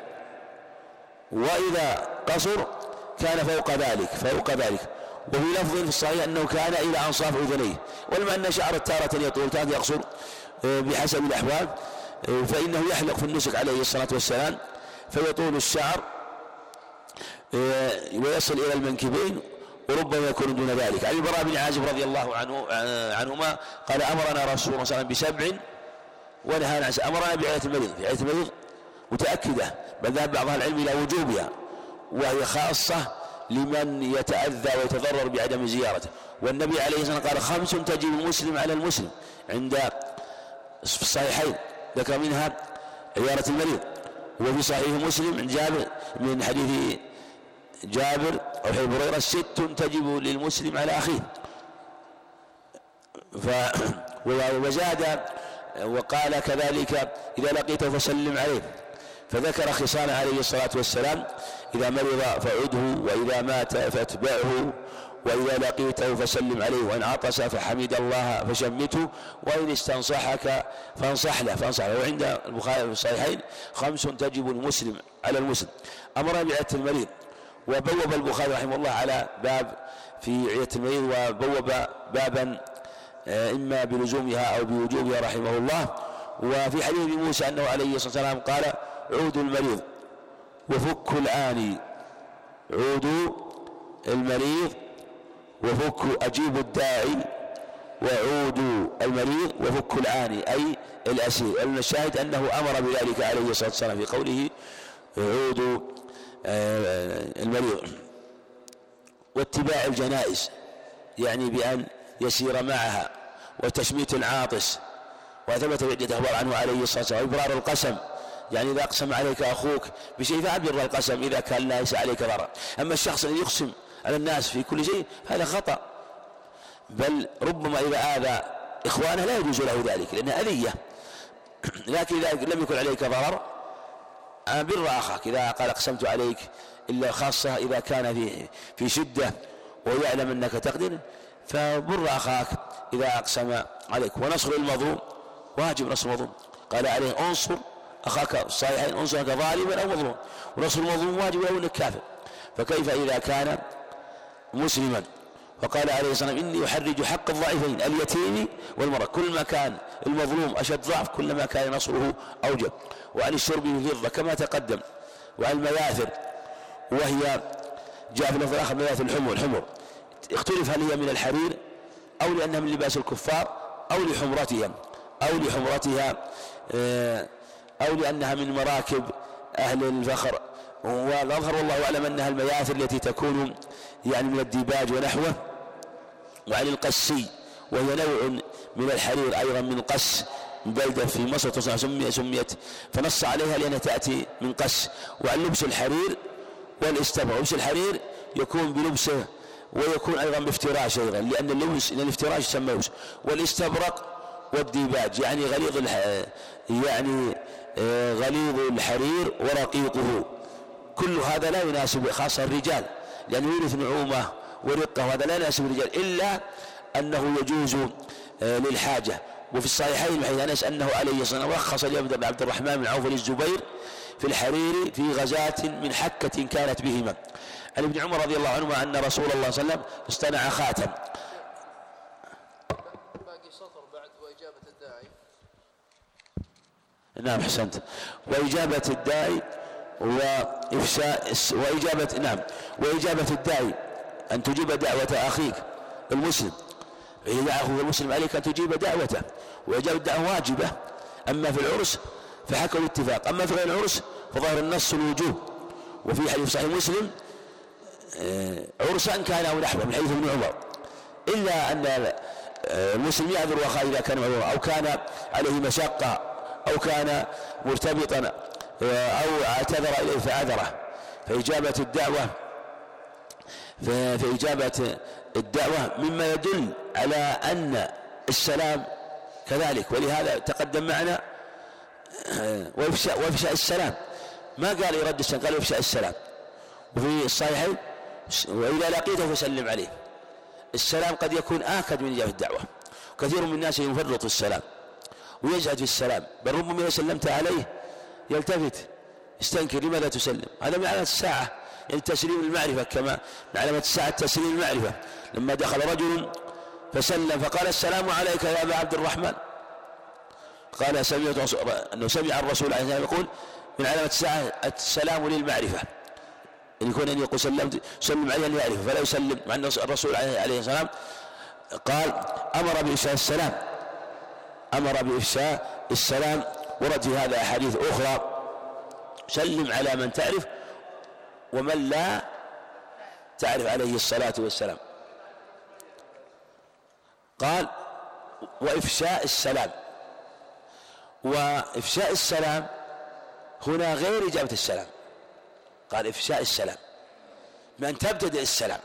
وإذا قصر كان فوق ذلك فوق ذلك. وفي لفظ في الصحيح أنه كان إلى أنصاف أذنيه. والمعنى أن شعر تارة يطول تارة يقصر بحسب الأحوال، فإنه يحلق في النسك عليه الصلاة والسلام فيطول الشعر ويصل إلى المنكبين، وربما يكون دون ذلك. عن البراء بن عازب رضي الله عنه عنهما قال أمرنا رسول الله صلى الله عليه وسلم بسبع ونهانا عن سبع. أمرنا بعيادة المريض، بعيادة المريض متأكدة، بل ذهب بعض أهل العلم إلى وجوبها، وهي خاصة لمن يتأذى ويتضرر بعدم زيارته. والنبي عليه الصلاة والسلام قال خمس تجب المسلم على المسلم عند في الصحيحين، ذكر منها عيادة المريض. وفي صحيح مسلم عن جابر من حديث جابر أو حديث هريرة ست تجب للمسلم على أخيه. وزاد وقال كذلك إذا لقيته فسلم عليه، فذكر خصال عليه الصلاة والسلام: إذا مرض فعده، وإذا مات فاتبعه، وإذا لقيته فسلم عليه، وإن عطس فحمد الله فشمته، وإن استنصحك فانصح له فانصح له. وعند البخاري في الصحيحين خمس تجب المسلم على المسلم. أمر بعيادة المريض، وبوب البخاري رحمه الله على باب في عيادة المريض، وبوب بابا إما بلزومها أو بوجوبها رحمه الله. وفي حديث موسى أنه عليه الصلاة والسلام قال: عودوا المريض وفكوا العاني، عودوا المريض وفكوا أجيبوا الداعي، وعودوا المريض وفكوا العاني أي الأسير. الشاهد أنه أمر بذلك عليه الصلاة والسلام في قوله عودوا المريض. واتباع الجنائز يعني بأن يسير معها، وتشميت العاطس، وثبت بعدة أخبار عنه عليه الصلاة والسلام. وإبرار القسم يعني إذا أقسم عليك أخوك بشيء فأبر القسم إذا كان ليس عليك ضرر. أما الشخص الذي يقسم على الناس في كل شيء هذا خطأ، بل ربما إذا آذى إخوانه لا يجوز له ذلك لأنها أذية. لكن إذا لم يكن عليك ضرر بر أخاك. إذا قال أقسمت عليك، إلا خاصة إذا كان في في شدة ويعلم أنك تقدر، فبر أخاك إذا أقسم عليك. ونصر المظلوم واجب، نصر المظلوم قال عليه: انصر أخاك الصالحين، انصرك ظالما أو مظلوم. ونصر المظلوم واجب لو أنك كافر، فكيف إذا كان مسلما؟ وقال عليه الصلاة والسلام: إني أحرج حق الضعيفين اليتيم والمرأة. كل ما كان المظلوم أشد ضعف كلما كان نصره أوجب. وعن الشرب بالفضة كما تقدم. وعن المياثر، وهي جاء في اللفظ الآخر مياثر الحمر الحمر اختلف هل هي من الحرير أو لأنها من لباس الكفار أو لحمرتها أو لحمرتها أو لأنها من مراكب أهل الفخر. والأظهر والله أعلم أنها المياثر التي تكون يعني من الديباج ونحوه. وعن القسي، وهي نوع من الحرير أيضا من قس، بلدة في مصر تصنع سميت فنص عليها لأنها تأتي من قس. وعن لبس الحرير والاستبرق، لبس الحرير يكون بلبسه ويكون أيضا بافتراش أيضا، لأن اللبس لأن الافتراش يسمى لبس. والاستبرق والديباج يعني غليظ يعني غليظ الحرير ورقيقه، كل هذا لا يناسب خاصة الرجال لأنه يورث نعومة ورقة، وهذا لا يناسب الرجال، إلا أنه يجوز للحاجة. وفي الصحيحين من حديث أنس أنه عليه الصلاة والسلام رخص لعبد بن عبد الرحمن بن عوف للزبير في الحرير في غزاة من حكة كانت بهما. عن ابن عمر رضي الله عنهما أن رسول الله صلى الله عليه وسلم اصطنع خاتم. باقي سطر بعد وإجابة الداعي. نعم أحسنت. وإجابة الداعي وإفشاء وإجابة نعم وإجابة الداعي أن تجيب دعوة أخيك المسلم. إذا دعا أخوك المسلم عليك أن تجيب دعوته، وإجابة الدعوة واجبة. أما في العرس فحكوا الاتفاق، أما في غير العرس فظهر النص الوجوب. وفي حديث صحيح مسلم عرسا كان أو نحوه من حديث ابن عمر، إلا أن المسلم يعذر أخاه إذا كان معذورا أو كان عليه مشقة أو كان مرتبطا أو اعتذر إليه فعذره. فإجابة الدعوة فإجابة الدعوة مما يدل على أن السلام كذلك، ولهذا تقدم معنا وإفشاء وإفشاء السلام، ما قال يرد السلام، قال إفشاء السلام. وفي الصحيحين وإذا لقيته فسلم عليه. السلام قد يكون آكد من إجابة الدعوة، كثير من الناس يفرط السلام ويزهد في السلام، بل ربما إذا سلمت عليه يلتفت يستنكر لماذا تسلم. هذا من علامة الساعة، يعني تسليم المعرفة، كما من علامة الساعة تسليم المعرفة. لما دخل رجل فسلم فقال السلام عليك يا أبا عبد الرحمن، قال سمعت أنه سمع الرسول عليه الصلاة والسلام يقول من علامة الساعة السلام للمعرفة. إن يكون أن يقول سلمت سلم عليه أن يعرفه فلا يسلم، مع أن الرسول عليه السلام قال أمر بإفشاء السلام أمر بإفشاء السلام. ورد في هذا أحاديث أخرى: سلم على من تعرف ومن لا تعرف عليه الصلاة والسلام. قال وإفشاء السلام، وإفشاء السلام هنا غير إجابة السلام. قال إفشاء السلام من تبتدئ السلام.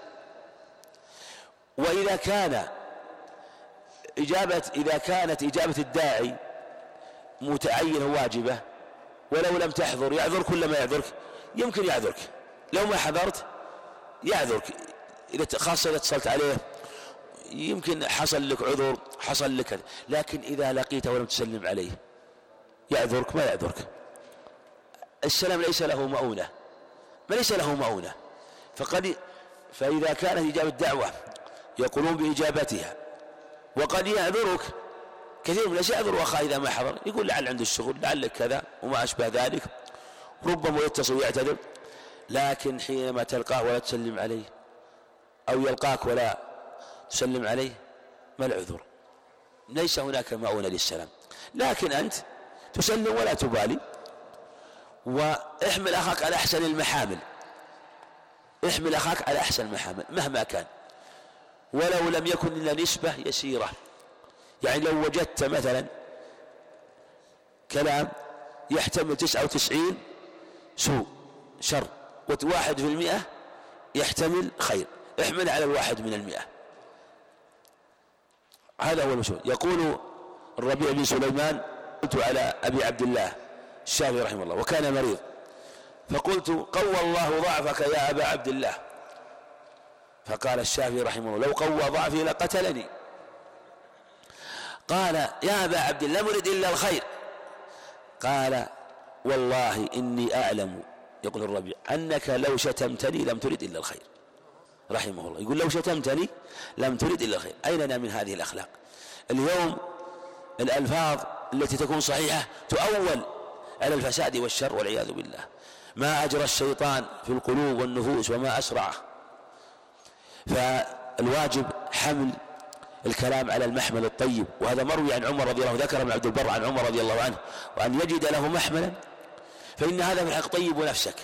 وإذا كان إجابة إذا كانت إجابة الداعي متعينة واجبة ولو لم تحضر يعذرك ولا ما يعذرك؟ يمكن يعذرك، لو ما حضرت يعذرك، إذا خاصة إذا اتصلت عليه يمكن حصل لك عذر حصل لك. لكن إذا لقيته ولم تسلم عليه يعذرك ما يعذرك. السلام ليس له مؤونة ما ليس له مؤونة. فقد فإذا كانت إجابة دعوة يقولون بإجابتها، وقد يعذرك كثير من الناس يعذر أخاه إذا ما حضر، يقول لعل عنده الشغل لعل كذا وما أشبه ذلك، ربما يتصل ويعتذر. لكن حينما تلقاه ولا تسلم عليه أو يلقاك ولا تسلم عليه ما العذر؟ ليس هناك مؤونة للسلام. لكن أنت تسلم ولا تبالي، واحمل أخاك على أحسن المحامل احمل أخاك على أحسن المحامل مهما كان، ولو لم يكن إلا نسبة يسيرة. يعني لو وجدت مثلا كلام يحتمل تسعة وتسعين سوء شر وواحد في المئة يحتمل خير، احمل على الواحد من المئة. هذا هو المشهور. يقول الربيع بن سليمان: قلت على أبي عبد الله الشافعي رحمه الله وكان مريض، فقلت: قوى الله ضعفك يا أبا عبد الله. فقال الشافعي رحمه الله: لو قوى ضعفي لقتلني. قال: يا أبا عبد الله لم أرد إلا الخير. قال: والله إني أعلم، يقول الربيع، أنك لو شتمتني لم ترد إلا الخير. رحمه الله يقول: لو شتمتني لم ترد إلا الخير. أين من هذه الأخلاق؟ اليوم الألفاظ التي تكون صحيحة تؤول على الفساد والشر والعياذ بالله. ما أجرى الشيطان في القلوب والنفوس وما أسرعه. فالواجب حمل الكلام على المحمل الطيب، وهذا مروي عن عمر رضي الله عنه، ذكر ابن عبد البر عن عمر رضي الله عنه، وأن يجد له محملا، فإن هذا في الحق طيب نفسك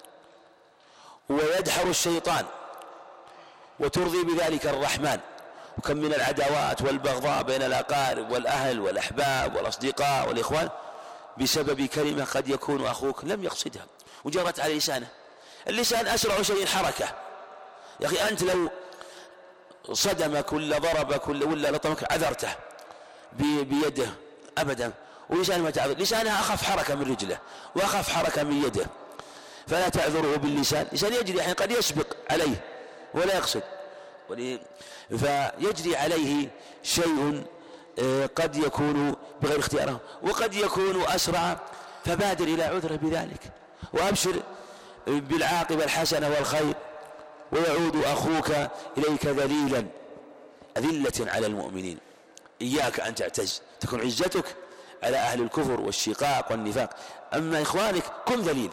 ويدحر الشيطان وترضي بذلك الرحمن. وكم من العداوات والبغضاء بين الأقارب والأهل والأحباب والأصدقاء والإخوان بسبب كلمة قد يكون أخوك لم يقصدها وجرت على لسانه. اللسان أسرع شيء حركة. يا أخي أنت لو صدمك ولا ضربك ولا لطمك عذرته بيده أبدا، ولسانه ما تعذر، لسانه أخف حركة من رجله وأخف حركة من يده، فلا تعذره باللسان. لسان يجري يعني قد يسبق عليه ولا يقصد، فيجري عليه شيء قد يكون بغير اختياره وقد يكون أسرع، فبادر إلى عذره بذلك وأبشر بالعاقبة الحسنة والخير، ويعود أخوك إليك ذليلا أذلة على المؤمنين. إياك أن تعتز، تكون عزتك على أهل الكفر والشقاق والنفاق. أما إخوانك كن ذليل،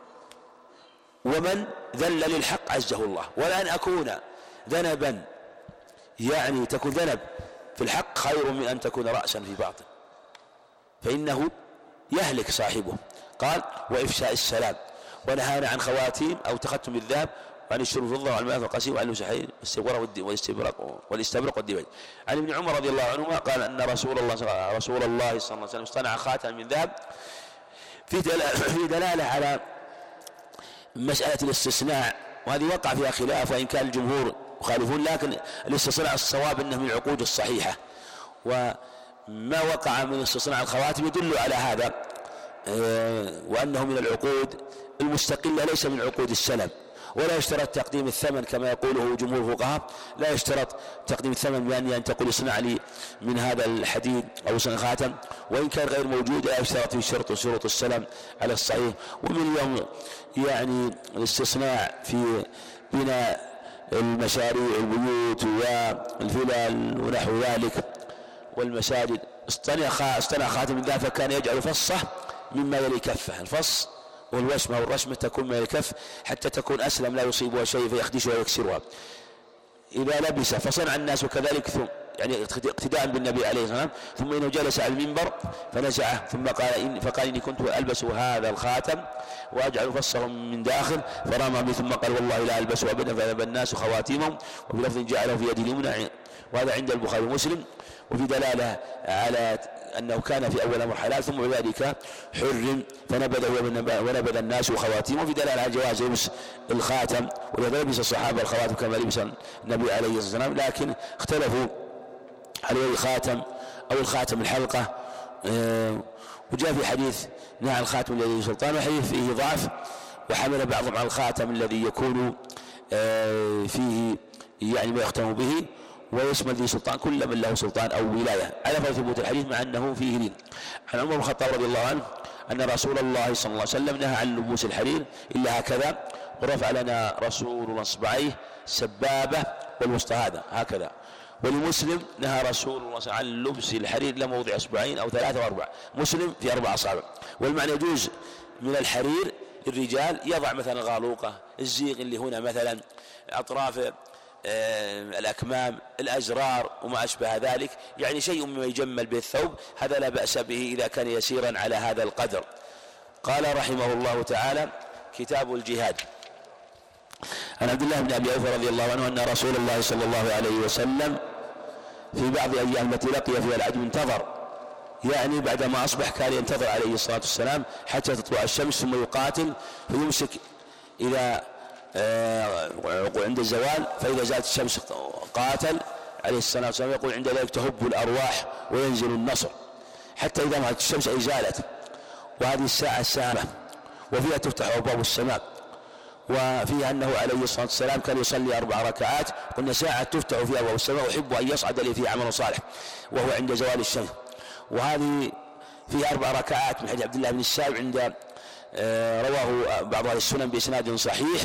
ومن ذل للحق عزه الله. ولا أن أكون ذنبا، يعني تكون ذنب في الحق خير من أن تكون رأسا في باطل، فإنه يهلك صاحبه. قال: وإفشاء السلام. ونهانا عن خواتيم أو تختم الذهب، وعن الشرب الفضة وعن الماء والقسيم وعن المسحين والاستبرق والاستبرق والدباج. عن ابن عمر رضي الله عنهما قال أن رسول الله رسول الله صلى الله عليه وسلم اصطنع خاتم من ذهب، في دلالة على مسألة الاستثناء، وهذه وقع فيها خلاف وإن كان الجمهور مخالفون، لكن الاستصناع الصواب أنه من العقود الصحيحة، وما وقع من استصناع الخواتم يدل على هذا، وأنه من العقود المستقلة ليس من عقود السلم. ولا يشترط تقديم الثمن كما يقوله جمهور الفقهاء، لا يشترط تقديم الثمن بأن أن تقول اصنع لي من هذا الحديد أو اصنع خاتم، وإن كان غير موجود لا يشترط في شرط شروط السلم على الصحيح. ومن اليوم يعني الاستصناع في بناء المشاريع البيوت والفلل ونحو ذلك والمساجد. اصطنع خاتم من ذهب فكان يجعل فصه مما يلي كفه، الفص والوشمة والرشمة تكون من الكف حتى تكون أسلم لا يصيبها شيء فيخدشها ويكسرها. إذا لبس فصنع الناس كذلك، ثم يعني اقتداء بالنبي عليه الصلاة والسلام. ثم إنه جلس على المنبر فنزعه ثم قال إن فقال إني كنت ألبس هذا الخاتم وأجعل فصه من داخل فرمى به، ثم قال والله لا ألبسه أبدا فذهب الناس خواتيمهم، وفي لفظ جعله في يد اليمنى، وهذا عند البخاري ومسلم. وفي دلالة على أنه كان في أول أمر حلال ثم بعد ذلك حرم فنبذه ونبذ الناس خواتيمه، وفي دلالة على جواز لبس الخاتم، ولذا لبس الصحابة الخواتم كما لبس النبي عليه الصلاة والسلام، لكن اختلفوا على الخاتم أو الخاتم الحلقة. أه وجاء في حديث نهى الخاتم الذي سلطان، وحديث فيه ضعف، وحمل بعضهم على الخاتم الذي يكون أه فيه يعني ما يختم به ويشمل ذي سلطان كل من له سلطان أو ولاية، على فرض ثبوت الحديث مع أنه فيه دين. عن عمر بن الخطاب رضي الله عنه أن رسول الله صلى الله عليه وسلم نهى عن لبوس الحرير إلا هكذا، ورفع لنا رسول الله إصبعيه سبابة والوسطى هذا هكذا. ولمسلم نهى رسول الله صلى الله عليه وسلم عن لبس الحرير لموضع إصبعين أو ثلاثة وأربعة، مسلم في أربع أصابع. والمعنى يجوز من الحرير الرجال يضع مثلا غالوقة، الزيغ اللي هنا مثلا أطراف الأكمام، الأزرار وما أشبه ذلك، يعني شيء مما يجمل به الثوب، هذا لا بأس به إذا كان يسيرا على هذا القدر. قال رحمه الله تعالى: كتاب الجهاد. عن عبد الله بن أبي أوفى رضي الله عنه أن رسول الله صلى الله عليه وسلم في بعض أيام التي لقي فيها العدو انتظر، يعني بعدما أصبح كان ينتظر عليه الصلاة والسلام حتى تطلع الشمس ثم يقاتل، فيمسك إلى عند الزوال، فإذا زالت الشمس قاتل عليه الصلاة والسلام. يقول عند ذلك تهب الأرواح وينزل النصر، حتى إذا مات الشمس أي زالت. وهذه الساعة السامة وفيها تفتح أبواب السماء، وفيها أنه عليه الصلاة والسلام كان يصلي أربع ركعات، قلنا ساعة تفتح فيها أبواب السماء ويحب أن يصعد لي فيها عمل صالح وهو عند زوال الشمس. وهذه فيها أربع ركعات من حديث عبد الله بن السائب عند رواه بعض أهل السنن بإسناد صحيح.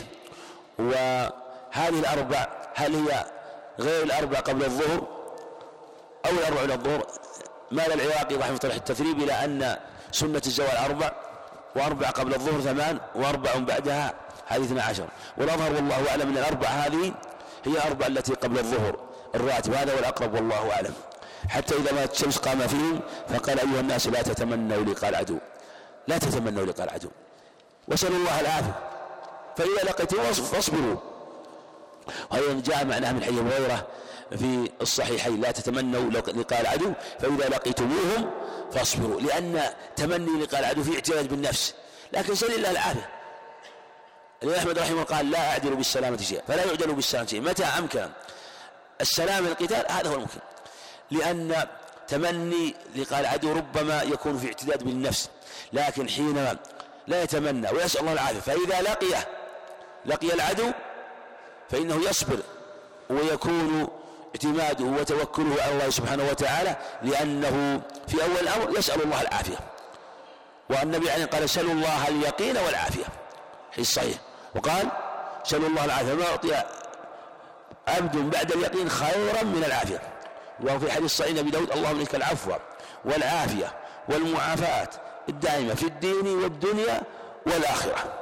وهذه الأربع هل هي غير الأربع قبل الظهر أو الأربع إلى الظهر؟ مال العراقي رحمه الله التثريب إلى أن سنة الزوال أربع، وأربع قبل الظهر ثمان، وأربع بعدها هذه اثنا عشر. والأظهر والله أعلم أن الأربع هذه هي أربع التي قبل الظهر الراتب، هذا هو الأقرب والله أعلم. حتى إذا مات الشمس قام فيهم فقال: أيها الناس لا تتمنوا لقاء العدو، لا تتمنوا لقاء العدو، وسألوا الله العافية، فإذا لقيتم فاصبروا. وهذا جاء معناه من حديث هريرة في الصحيحين: لا تتمنوا لقاء العدو فإذا لقيتموهم فاصبروا، لأن تمني لقاء العدو في اعتراض بالنفس، لكن سأل الله العافية. الإمام أحمد رحمه الله قال: لا أعدل بالسلامة شيئا، فلا يعدل بالسلامة شيئا. متى أمكن السلام القتال هذا هو الممكن، لأن تمني لقاء العدو ربما يكون في اعتداد بالنفس، لكن حينما لا يتمنى ويسأل الله العافية فإذا لقيه لقي العدو فإنه يصبر ويكون اعتماده وتوكله على الله سبحانه وتعالى، لأنه في أول الأمر يسأل الله العافية. والنبي عليه قال: سألوا الله اليقين والعافية، حديث صحيح. وقال: سألوا الله العافية، ما أعطي عبد بعد اليقين خيرا من العافية. وفي حديث صحيح أبي داود: اللهم إنك العفو والعافية والمعافاة الدائمة في الدين والدنيا والآخرة.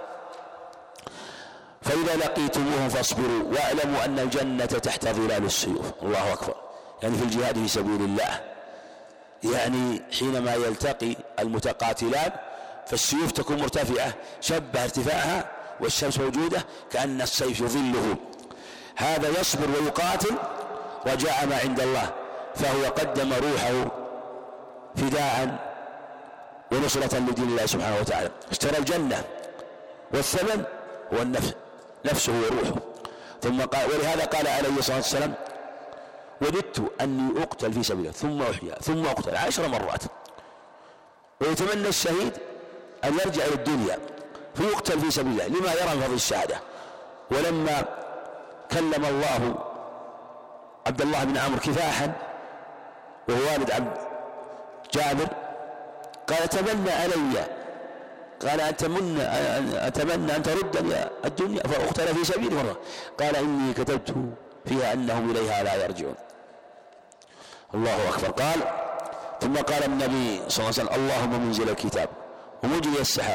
فإذا لقيتموهم فاصبروا واعلموا أن الجنة تحت ظلال السيوف. الله أكبر، يعني في الجهاد في سبيل الله، يعني حينما يلتقي المتقاتلان فالسيوف تكون مرتفعة، شبه ارتفاعها والشمس موجودة كأن السيف يظله. هذا يصبر ويقاتل وجاء ما عند الله، فهو قدم روحه فداء ونصرة لدين الله سبحانه وتعالى، اشترى الجنة والثمن هو النفس، نفسه وروحه. ثم قال: ولهذا قال عليه الصلاة والسلام: وددت أني أقتل في سبيل الله ثم أحيا ثم أقتل عشر مرات. ويتمنى الشهيد أن يرجع إلى الدنيا فيقتل في سبيل الله لما يرى من فضل الشهادة. ولما كلم الله عبد الله بن عمرو كفاحا وهو والد عبد جابر قال: تمنى علي، قال: أتمنى أتمنى أن تردني الدنيا فأقتل في سبيل مرة، قال: إني كتبت فيها أنهم إليها لا يرجعون. الله أكبر. قال: ثم قال النبي صلى الله عليه وسلم: اللهم منزل الكتاب ومجري السحاب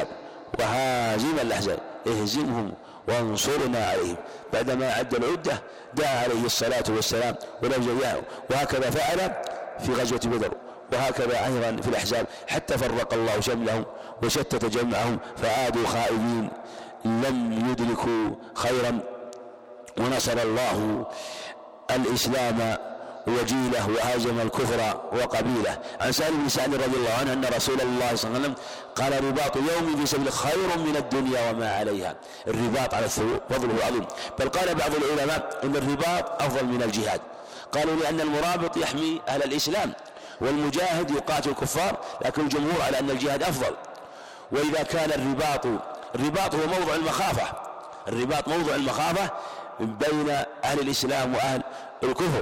وهازم الأحزاب اهزمهم وانصرنا عليهم. بعدما عد العدة دعا عليه الصلاة والسلام ولم يجاهه، وهكذا فعل في غزوة بدر، وهكذا أيضا في الأحزاب، حتى فرق الله شملهم وشتت جمعهم فعادوا خائبين لم يدركوا خيرا، ونصر الله الإسلام وجيله وهزم الكفر وقبيله. عن سالم بن سعد رضي الله عنه أن رسول الله صلى الله عليه وسلم قال: رباط يوم في سبيل خير من الدنيا وما عليها. الرباط على الثبوت فضله عظيم، بل قال بعض العلماء إن الرباط أفضل من الجهاد، قالوا لأن المرابط يحمي أهل الإسلام والمجاهد يقاتل الكفار، لكن الجمهور على أن الجهاد أفضل. وإذا كان الرباط الرباط هو موضع المخافة، الرباط موضع المخافة بين أهل الإسلام وأهل الكفر،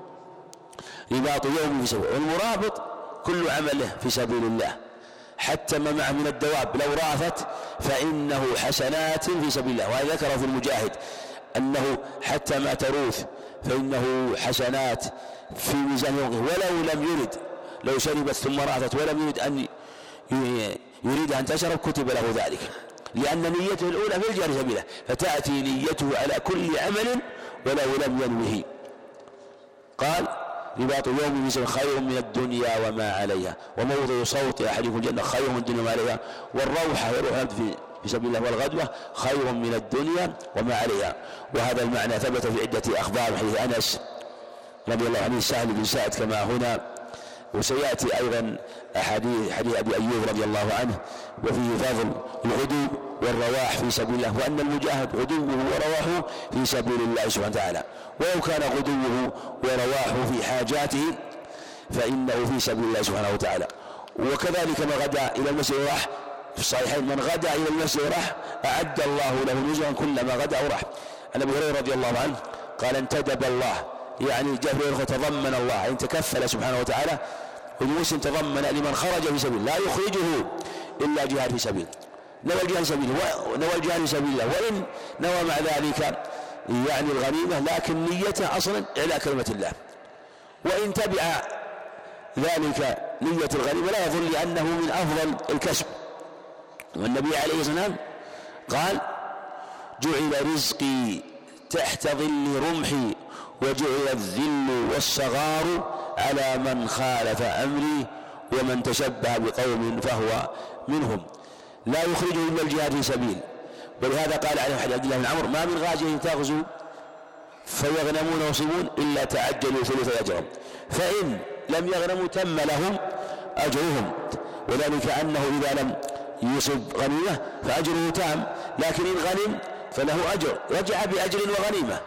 رباط يوم في سبيل، والمرابط كل عمله في سبيل الله، حتى ما معه من الدواب لو راثت فإنه حسنات في سبيل الله. وهذا ذكر في المجاهد أنه حتى ما تروث فإنه حسنات في ميزان يومه، ولو لم يرد، لو شربت ثم راثت ولم يرد أن يريد أن تشرب كتب له ذلك، لأن نيته الأولى في الجهاد سبيله، فتأتي نيته على كل عمل ولو لم ينوه. قال: رباط يوم في سبيل خير من الدنيا وما عليها، وموضع صوت أحدكم الجنة خير من الدنيا وما عليها، والروحة يروح في في سبيل الله والغدوة خير من الدنيا وما عليها. وهذا المعنى ثبت في عدة أخبار، حديث أنس رضي الله عنه، سهل بن سعد كما هنا، وسيأتي أيضا حديث حديث أبي أيوب رضي الله عنه، وفيه فضل الغدو والرواح في سبيل الله، وأن المجاهد غدوه ورواحه في سبيل الله سبحانه وتعالى، ولو كان غدوه ورواحه في حاجاته فإنه في سبيل الله سبحانه وتعالى. وكذلك من غدا إلى المسجد وراح، في الصحيحين: من غدا إلى المسجد وراح أعد الله له نزلا كلما غدا وراح. عن أبي هريرة رضي الله عنه قال: انتدب الله، يعني جبريل تضمن الله، يعني تكفل سبحانه وتعالى، والمسلم تضمن لمن خرج في سبيل لا يخرجه إلا جهاد في سبيل، نوى الجهاد في سبيل نوى الجهاد في سبيل الله، وإن نوى مع ذلك يعني الغنيمة، لكن نيته أصلا إعلاء كلمة الله، وإن تبع ذلك نية الغنيمة لا يظن لأنه من أفضل الكسب. والنبي عليه الصلاة والسلام قال: جعل رزقي تحت ظل رمحي، وجعل الذل والصغار على من خالف أمري، ومن تشبه بقوم فهو منهم. لا يخرجه إلا الجهاد في سبيل. ولهذا قال عليه حديث عبد الله بن عمرو: ما من غازية تغزو فيغنمون ويصيبون إلا تعجلوا ثلث أجرهم، فإن لم يغنموا تم لهم أجرهم، وذلك أنه إذا لم يصب غنيمة فأجره تام، لكن إن غنم فله أجر، رجع بأجر وغنيمة،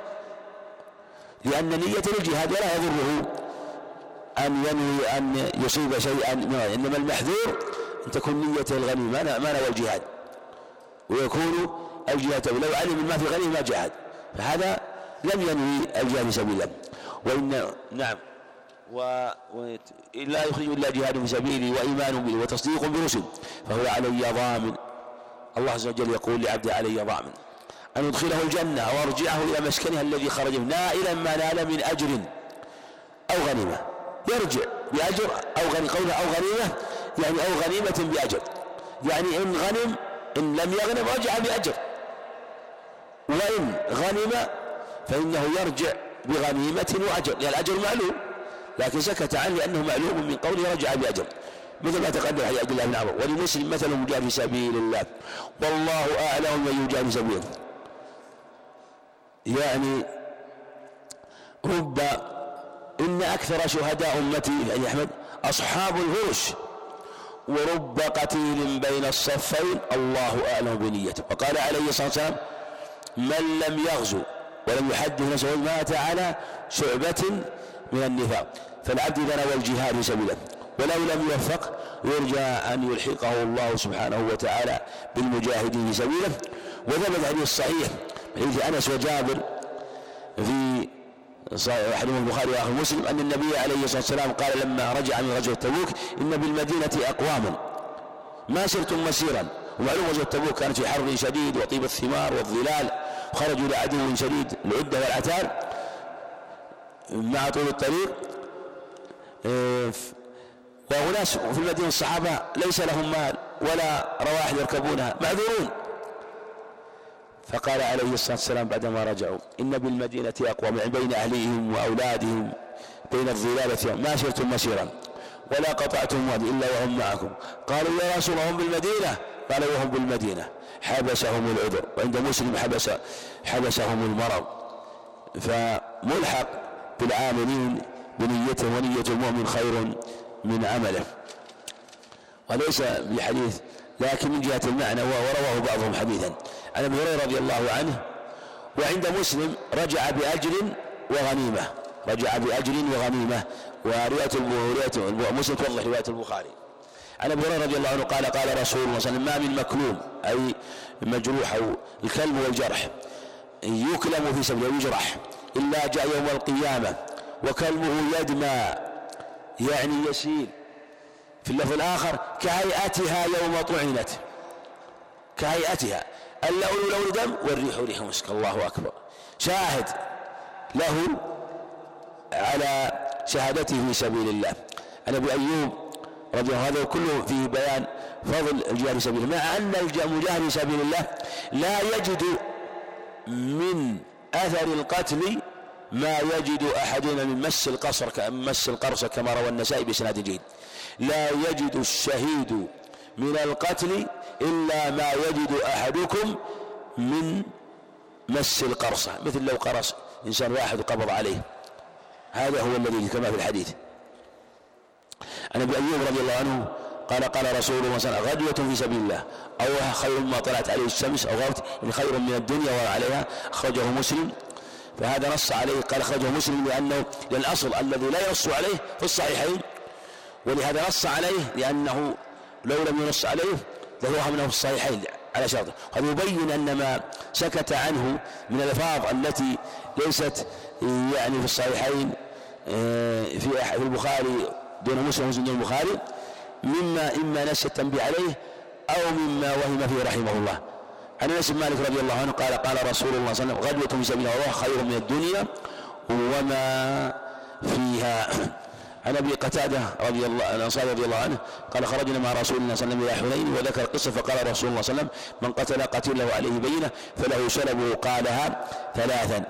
لأن نية الجهاد ولا يضره أن ينوي أن يصيب شيئا، إنما المحذور أن تكون نيته الغنيمة ما نوى الجهاد، ويكون الجهاد لو علم ما في غنيمة ما جاهد، فهذا لم ينوي الجهاد في سبيل الله. وإن نعم ولا يخرج إلا جهاد في سبيله وإيمان به وتصديق برسل فهو علي ضامن. الله عز وجل يقول لعبده: علي ضامن أن يدخله الجنة وارجعه إلى مسكنها الذي خرج منه نائلا ما نال من أجر أو غنيمة، يرجع بأجر أو غنيمة، قوله أو غنيمة يعني أو غنيمة بأجر، يعني إن غنم إن لم يغنم رجع بأجر، وإن غنم فإنه يرجع بغنيمة وأجر، يعني الأجر معلوم لكن سكت عنه لأنه معلوم من قوله رجع بأجر، مثل ما تقدم حديث عبد الله بن عمرو: ولمسلم مثل مجاهد في سبيل الله والله أعلم من يجاهد في سبيله. يعني رب إن أكثر شهداء أمتي يعني أحمد أصحاب الفرش، ورب قتيل بين الصفين الله أعلم بنيته. وقال عليه الصلاة والسلام: من لم يغزو ولم يحدث نفسه مات على شعبة من النفاق. فالعبد إذا نوى الجهاد في سبيله ولو لم يوفق يرجى أن يلحقه الله سبحانه وتعالى بالمجاهدين في سبيله. وثبت حديث صحيح حديث أنس وجابر في صحيح البخاري وآخر مسلم أن النبي عليه الصلاة والسلام قال لما رجع من غزوة تبوك: إن بالمدينة أقواما ما سرتم مسيرا. ومعلوم غزوة تبوك كانت في حر شديد وطيب الثمار والظلال، خرجوا لعدو شديد العدة والعتاد مع طول الطريق، وأناس في المدينة الصحابة ليس لهم مال ولا رواحل يركبونها معذورون. فقال عليه الصلاة والسلام بعدما رجعوا إن بالمدينة أقوام بين أهليهم وأولادهم بين الظلالة ما سرتم مسيرا ولا قطعتم واد إلا وهم معكم. قالوا يا رسول الله هم بالمدينة؟ قال وهم بالمدينة حبسهم العذر. وعند مسلم حبس حبسهم المرض. فملحق بالعاملين بنيته، ونية المؤمن خير من عمله. وليس بحديث لكن من جهة المعنى، ورواه بعضهم حديثا عن ابي هريرة رضي الله عنه. وعند مسلم رجع بأجر وغنيمة، رجع بأجر وغنيمة. ورواية مسلم توضح رواية البخاري. عن ابي هريرة رضي الله عنه قال قال رسول الله صلى الله عليه وسلم ما من مكلوم أي مجروح أو الكلب والجرح يكلم في سبيل ويجرح إلا جاء يوم القيامة وكلمه يدمى يعني يسيل. في اللفظ الآخر كهيئتها يوم طعنت، كهيئتها اللون لون دم والريح ريح مسك. الله أكبر. شاهد له على شهادته في سبيل الله. عن ابي ايوب رضي الله عنه هذا كله في بيان فضل الجهاد في سبيل الله، مع ان المجاهد في سبيل الله لا يجد من اثر القتل ما يجد احدنا من مس القصر مس القرص كما روى النسائي بسناد جيد. لا يجد الشهيد من القتل الا ما يجد احدكم من مس القرصة، مثل لو قرص انسان واحد وقبض عليه، هذا هو الذي كما في الحديث. عن ابي ايوب رضي الله عنه قال قال رسول الله صلى الله عليه وسلم غدوة في سبيل الله او خير ما طلعت عليه الشمس او غربت خير من الدنيا وما عليها. اخرجه مسلم. فهذا نص عليه، قال اخرجه مسلم لانه للاصل الذي لا ينص عليه في الصحيحين، ولهذا نص عليه لانه لو لم ينص عليه لهو منه في الصحيحين على شرطه. هذا يبين ان ما سكت عنه من الالفاظ التي ليست يعني في الصحيحين في البخاري دون مسلم وزن البخاري مما إما نسي التنبيه عليه أو مما وهم فيه رحمه الله. عن أنس بن مالك رضي الله عنه قال قال رسول الله صلى الله عليه وسلم غدوة في سبيل الله خير من الدنيا وما فيها. عن ابي قتادة رضي الله الانصاري رضي الله عنه قال خرجنا مع رسول الله صلى الله عليه وسلم الى حنين وذكر القصه فقال رسول الله صلى الله عليه وسلم من قتل قتيل له عليه بينه فله سلبه. قالها ثلاثا،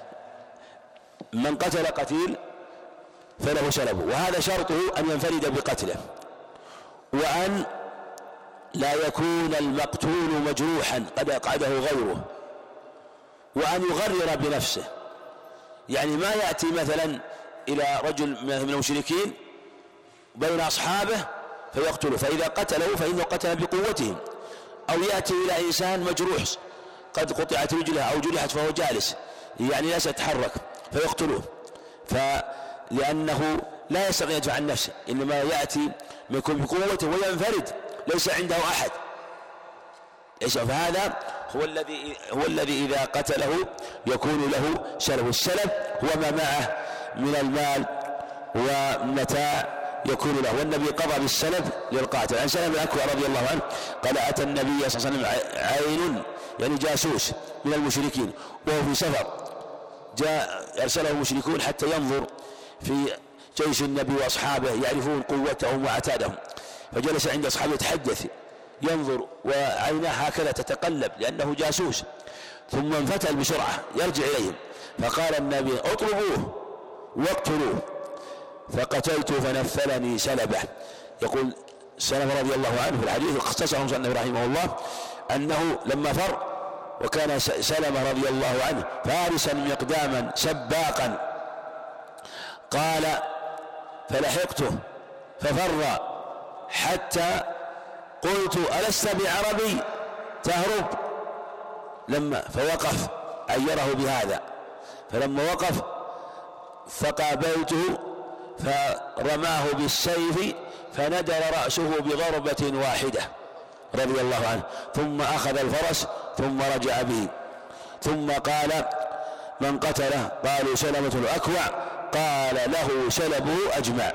من قتل قتيل فله سلبه، وهذا شرطه أن ينفرد بقتله، وأن لا يكون المقتول مجروحا قد أقعده غيره، وأن يغرر بنفسه. يعني ما يأتي مثلا إلى رجل من المشركين بين أصحابه فيقتله، فإذا قتله فإنه قتل بقوتهم، أو يأتي إلى إنسان مجروح قد قطعت رجله أو جرحت فهو جالس يعني لا يتحرك فيقتله، فلأنه لا يستطيع يدفع عن نفسه، إنما يأتي بقوته وينفرد ليس عنده أحد. فهذا هو الذي هو الذي إذا قتله يكون له سلب. السلب هو ما معه من المال ومتاع يكون له، والنبي قضى بالسلب للقاتل. عن سلمة بن الأكوع رضي الله عنه قال أتى النبي صلى الله عليه وسلم عين يعني جاسوس من المشركين وهو في سفر، جاء أرسله المشركون حتى ينظر في جيش النبي وأصحابه يعرفون قوتهم وعتادهم، فجلس عند أصحابه يتحدث ينظر وعيناه هكذا تتقلب لأنه جاسوس، ثم انفتل بسرعة يرجع إليهم فقال النبي اطلبوه واقتلوه، فقتلت فنفلني سلبه. يقول سلمة رضي الله عنه في الحديث اختصره مصنف رحمه الله أنه لما فر وكان سلمة رضي الله عنه فارسا مقداما سباقا، قال فلحقته ففر حتى قلت ألست بعربي تهرب، لما فوقف عيره بهذا، فلما وقف فقابلته فرماه بالسيف فندر رأسه بضربة واحدة رضي الله عنه، ثم أخذ الفرس ثم رجع به، ثم قال من قتله؟ قالوا سلمة الأكوع، قال له سلبه أجمع.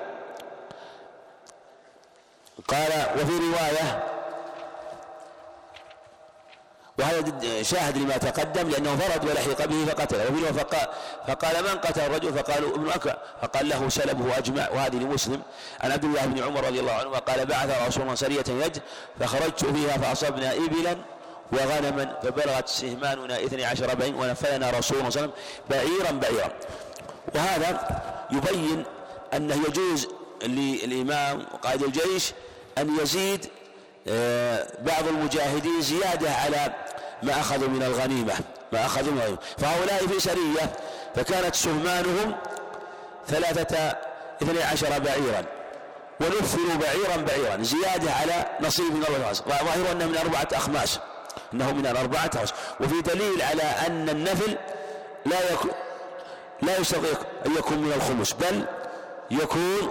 قال وفي رواية وهذا شاهد لما تقدم لأنه فرد ولحق به فقتله. ومنهم فقال, فقال من قتل الرجل؟ فقالوا ابن أكرع، فقال له سلبه أجمع. وهذه لمسلم عن عبد الله بن عمر رضي الله عنه قال بعث رسول الله سرية يجد فخرجت فيها فأصبنا إبلا وغنما فبلغت سهماننا اثني عشر بعير ونفلنا رسول الله صلى الله عليه وسلم بعيرا بعيرا. وهذا يبين أنه يجوز للإمام وقائد الجيش أن يزيد بعض المجاهدين زيادة على ما أخذوا من الغنيمة ما أخذوا من الغنيمة. فهؤلاء في سرية فكانت سهمانهم ثلاثة اثني عشر بعيرا ونفلوا بعيرا بعيرا زيادة على نصيب من الله. وظاهر أنه من أربعة أخماس أنه من أربعة أخماس. وفي دليل على أن النفل لا يكون لا يستطيع أن يكون من الخمس بل يكون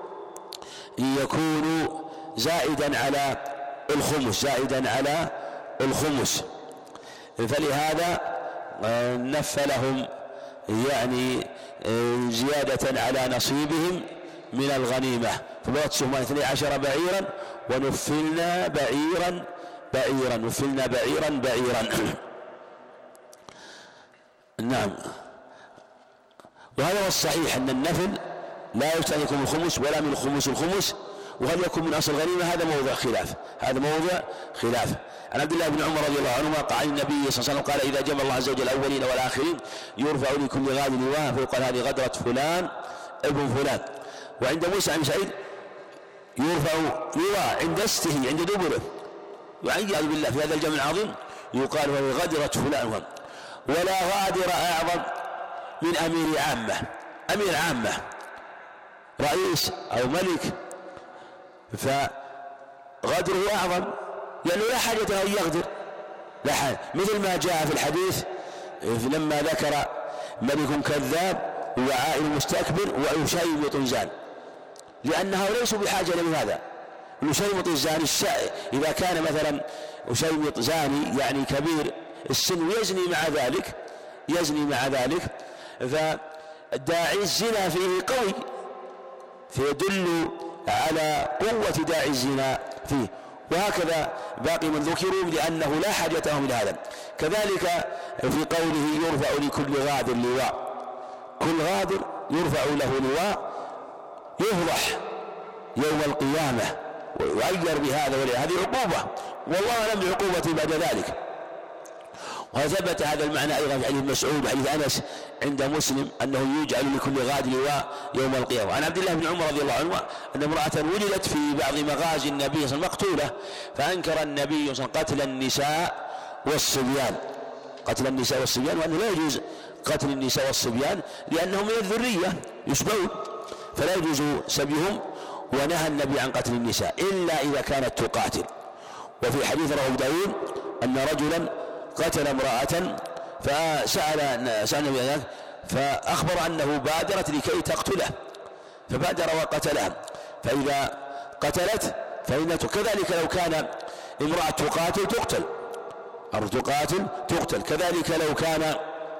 يكون زائدا على الخمس زائدا على الخمس. فلهذا نفلهم يعني زيادة على نصيبهم من الغنيمة. فبلغت سهمان اثني عشر بعيرا ونفلنا بعيرا بعيرا نفلنا بعيرا بعيرا نعم. وهذا هو الصحيح أن النفل لا يستطيع يكون الخمس ولا من الخمس الخمس. وهل يكون من أصل الغنيمة؟ هذا موضع خلاف هذا موضع خلاف. عن عبد الله بن عمر رضي الله عنهما قال النبي صلى الله عليه وسلم قال إذا جمع الله عز وجل الأولين والآخرين يرفع لكل غاد لواء فيقال هذه غدرة فلان ابن فلان. وعند موسى بن سعيد يرفع لواء عند استه عند دبره وعياذ بالله في هذا الجمع العظيم يقال وهي غدرة فلان. ولا غادر أعظم من أمير عامة أمير عامة رئيس أو ملك فغدره أعظم لأنه لا حاجة له أن يغدر لا حاجة. مثل ما جاء في الحديث لما ذكر ملك كذاب وعائل مستكبر ويشيمط زان لأنه ليسوا بحاجة لهذا. يشيمط الزاني إذا كان مثلا يشيمط زاني يعني كبير السن ويزني مع ذلك يزني مع ذلك فداعي الزنا فيه قوي فيدل على قوة داعي الزنا فيه. وهكذا باقي من ذكروا لأنه لا حاجة لهم لهذا. كذلك في قوله يرفع لكل غادر لواء كل غادر يرفع له لواء يفضح يوم القيامة ويعير بهذا ولا هذه عقوبة والله لم بعقوبة بعد ذلك. وثبت هذا المعنى أيضا في حديث مسعود حديث أنس عند مسلم أنه يجعل لكل غاد لواء يوم القيامة. عن عبد الله بن عمر رضي الله عنه أن امرأة ولدت في بعض مغازي النبي صلى الله عليه وسلم مقتولة فأنكر النبي صلى الله عليه وسلم قتل النساء والصبيان قتل النساء والصبيان وأنه لا يجوز قتل النساء والصبيان لأنهم من الذرية يشبهون فلا يجوز سبيهم. ونهى النبي عن قتل النساء إلا إذا كانت تقاتل. وفي حديث رواه داود أن رجلا قتل امرأة فسأل سأل النبي ذلك فأخبر أنه بادرت لكي تقتله فبادر وقتلها. فإذا قتلت فإنه كذلك لو كان امرأة تقاتل تقتل أو تقاتل تقتل. كذلك لو كان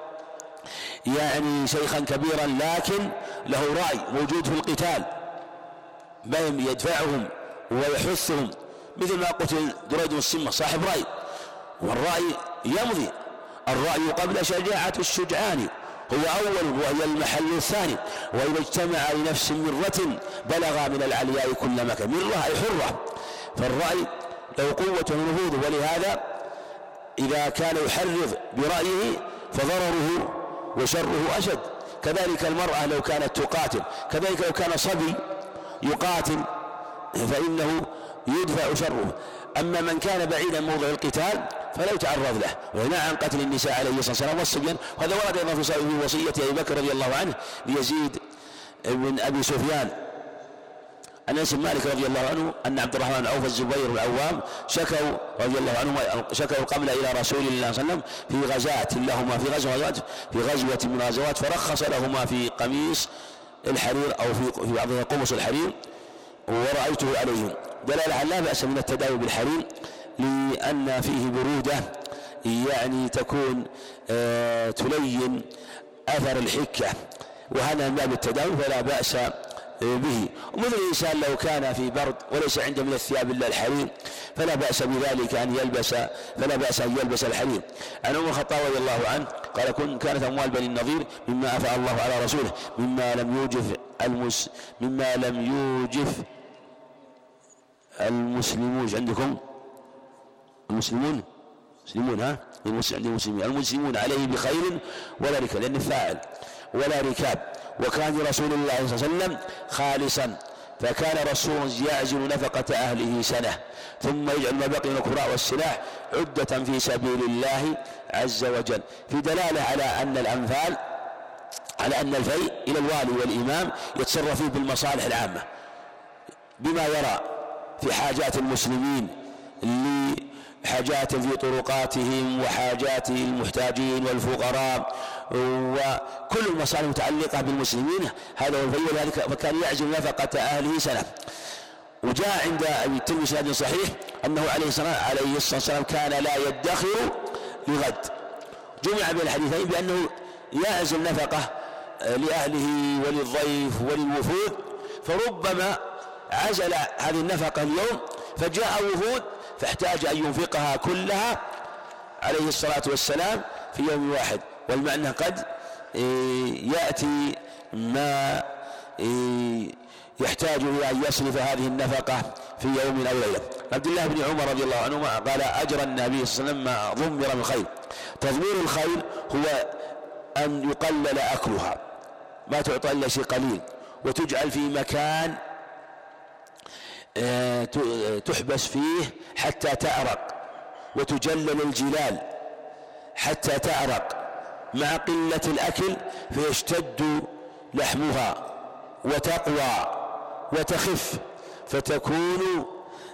يعني شيخا كبيرا لكن له رأي موجود في القتال بهم يدفعهم ويحثهم مثل ما قتل دريد السمة صاحب رأي والرأي يمضي الرأي قبل شجاعة الشجعان هو أول وهي المحل الثاني. وإذا اجتمع لنفس مرة بلغ من العلياء كل مكان مرة أي حرة. فالرأي له قوة ونفوذ ولهذا إذا كان يحرض برأيه فضرره وشره أشد. كذلك المرأة لو كانت تقاتل كذلك لو كان صبي يقاتل فإنه يدفع شره. أما من كان بعيدا موضع القتال فلا يتعرض له. ونهى عن قتل النساء عليه الصلاة والسلام والصبيان. وهذا ورد أيضا في صحيح وصية أبي بكر رضي الله عنه ليزيد بن أبي سفيان عن أنس بن مالك رضي الله عنه أن عبد الرحمن بن عوف الزبير العوام شكوا رضي الله عنهم شكوا القمل إلى رسول الله صلى الله عليه وسلم في غزاة لهما في غزوة في غزوة من الغزوات فرخص لهما في قميص الحرير أو في في بعضها قمص الحرير ورأيته عليهم دلالة على لا بأس من التداوي بالحرير لأن فيه برودة يعني تكون آه تلين أثر الحكة وهذا من باب التداوي فلا بأس به. ومثل الإنسان لو كان في برد وليس عنده من الثياب إلا الحرير فلا بأس بذلك أن يلبس فلا بأس أن يلبس الحرير. عن عمر الخطاب رضي الله عنه قال كانت أموال بني النضير مما أفاء الله على رسوله مما لم يوجف المس مما لم يوجف المسلمون. عندكم المسلمون مسلمون ها المسلمين المسلمون عليه بخير ولا ركاب، لأن فاعل ولا ركاب. وكان رسول الله صلى الله عليه وسلم خالصا، فكان رسول يعزل نفقة أهله سنة ثم يجعل ما بقي من الكراء والسلاح عدة في سبيل الله عز وجل، في دلالة على أن الأنفال على أن الفيء إلى الوالي والإمام يتصرف فيه بالمصالح العامة بما يرى في حاجات المسلمين لحاجات في طرقاتهم وحاجات المحتاجين والفقراء وكل المصالح المتعلقة بالمسلمين، هذا هو الفيء، ولذلك فكان يعزل نفقة أهله سنة. وجاء عند الترمذي بسند صحيح أنه عليه الصلاة عليه الصلاة والسلام كان لا يدخر لغد. جمع بين الحديثين بأنه يعزل نفقة لأهله وللضيف وللوفود، فربما عزل هذه النفقة اليوم فجاء وفود فاحتاج أن ينفقها كلها عليه الصلاة والسلام في يوم واحد، والمعنى قد يأتي ما يحتاج إلى أن يصرف هذه النفقة في يوم أو ليلة. عبد الله بن عمر رضي الله عنهما قال أجرى النبي صلى الله عليه وسلم ما ضمر من الخيل. تضمير الخيل هو أن يقلل أكلها، ما تعطى إلا شيء قليل، وتجعل في مكان تحبس فيه حتى تعرق، وتجلل الجلال حتى تعرق مع قلة الأكل فيشتد لحمها وتقوى وتخف فتكون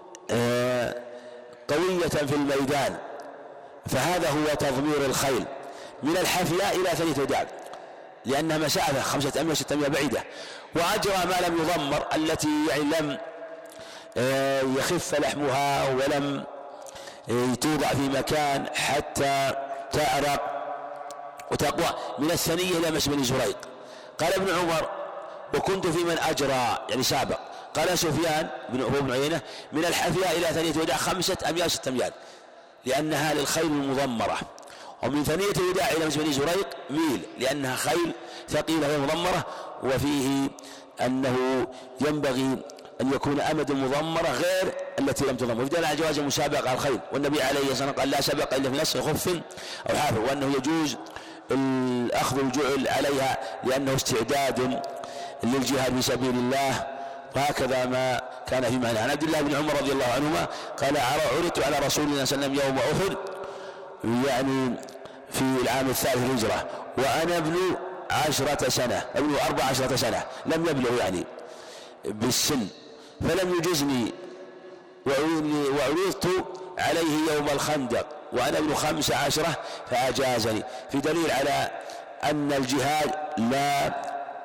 قوية في الميدان. فهذا هو تضمير الخيل. من الحفياء إلى ثنية وداع لأنها مسافة خمسة أميال ستة أميال بعيدة. وأجرى ما لم يضمر التي يعني لم يخف لحمها ولم توضع في مكان حتى تعرق وتقوى، من الثنية إلى مس بن زريق. قال ابن عمر وكنت في من أجرى يعني سابق. قال سفيان بن عيينة من الحفياء إلى ثنية وداع خمسة أميال ستة أميال لأنها للخيل المضمرة، ومن ثنية الوداع إلى مس بن زريق ميل لأنها خيل ثقيلة غير مضمرة، وفيه أنه ينبغي أن يكون أمد مضمرة غير التي لم تضمر، ويدل على جواز المسابقة على الخيل. والنبي عليه الصلاة والسلام قال لا سبق إلا في نص خف أو حافر، وأنه يجوز الأخذ الجعل عليها لأنه استعداد للجهاد في سبيل الله، وهكذا ما كان في معنى. عن عبد الله بن عمر رضي الله عنهما قال عرضت على رسول الله صلى الله عليه وسلم يوم أحد يعني في العام الثالث للهجرة وأنا ابن عشرة سنة ابن أربع عشرة سنة لم يبلغ يعني بالسن، فلم يجزني وعرضت عليه يوم الخندق وأنا ابن خمس عشرة فأجازني، في دليل على أن الجهاد لا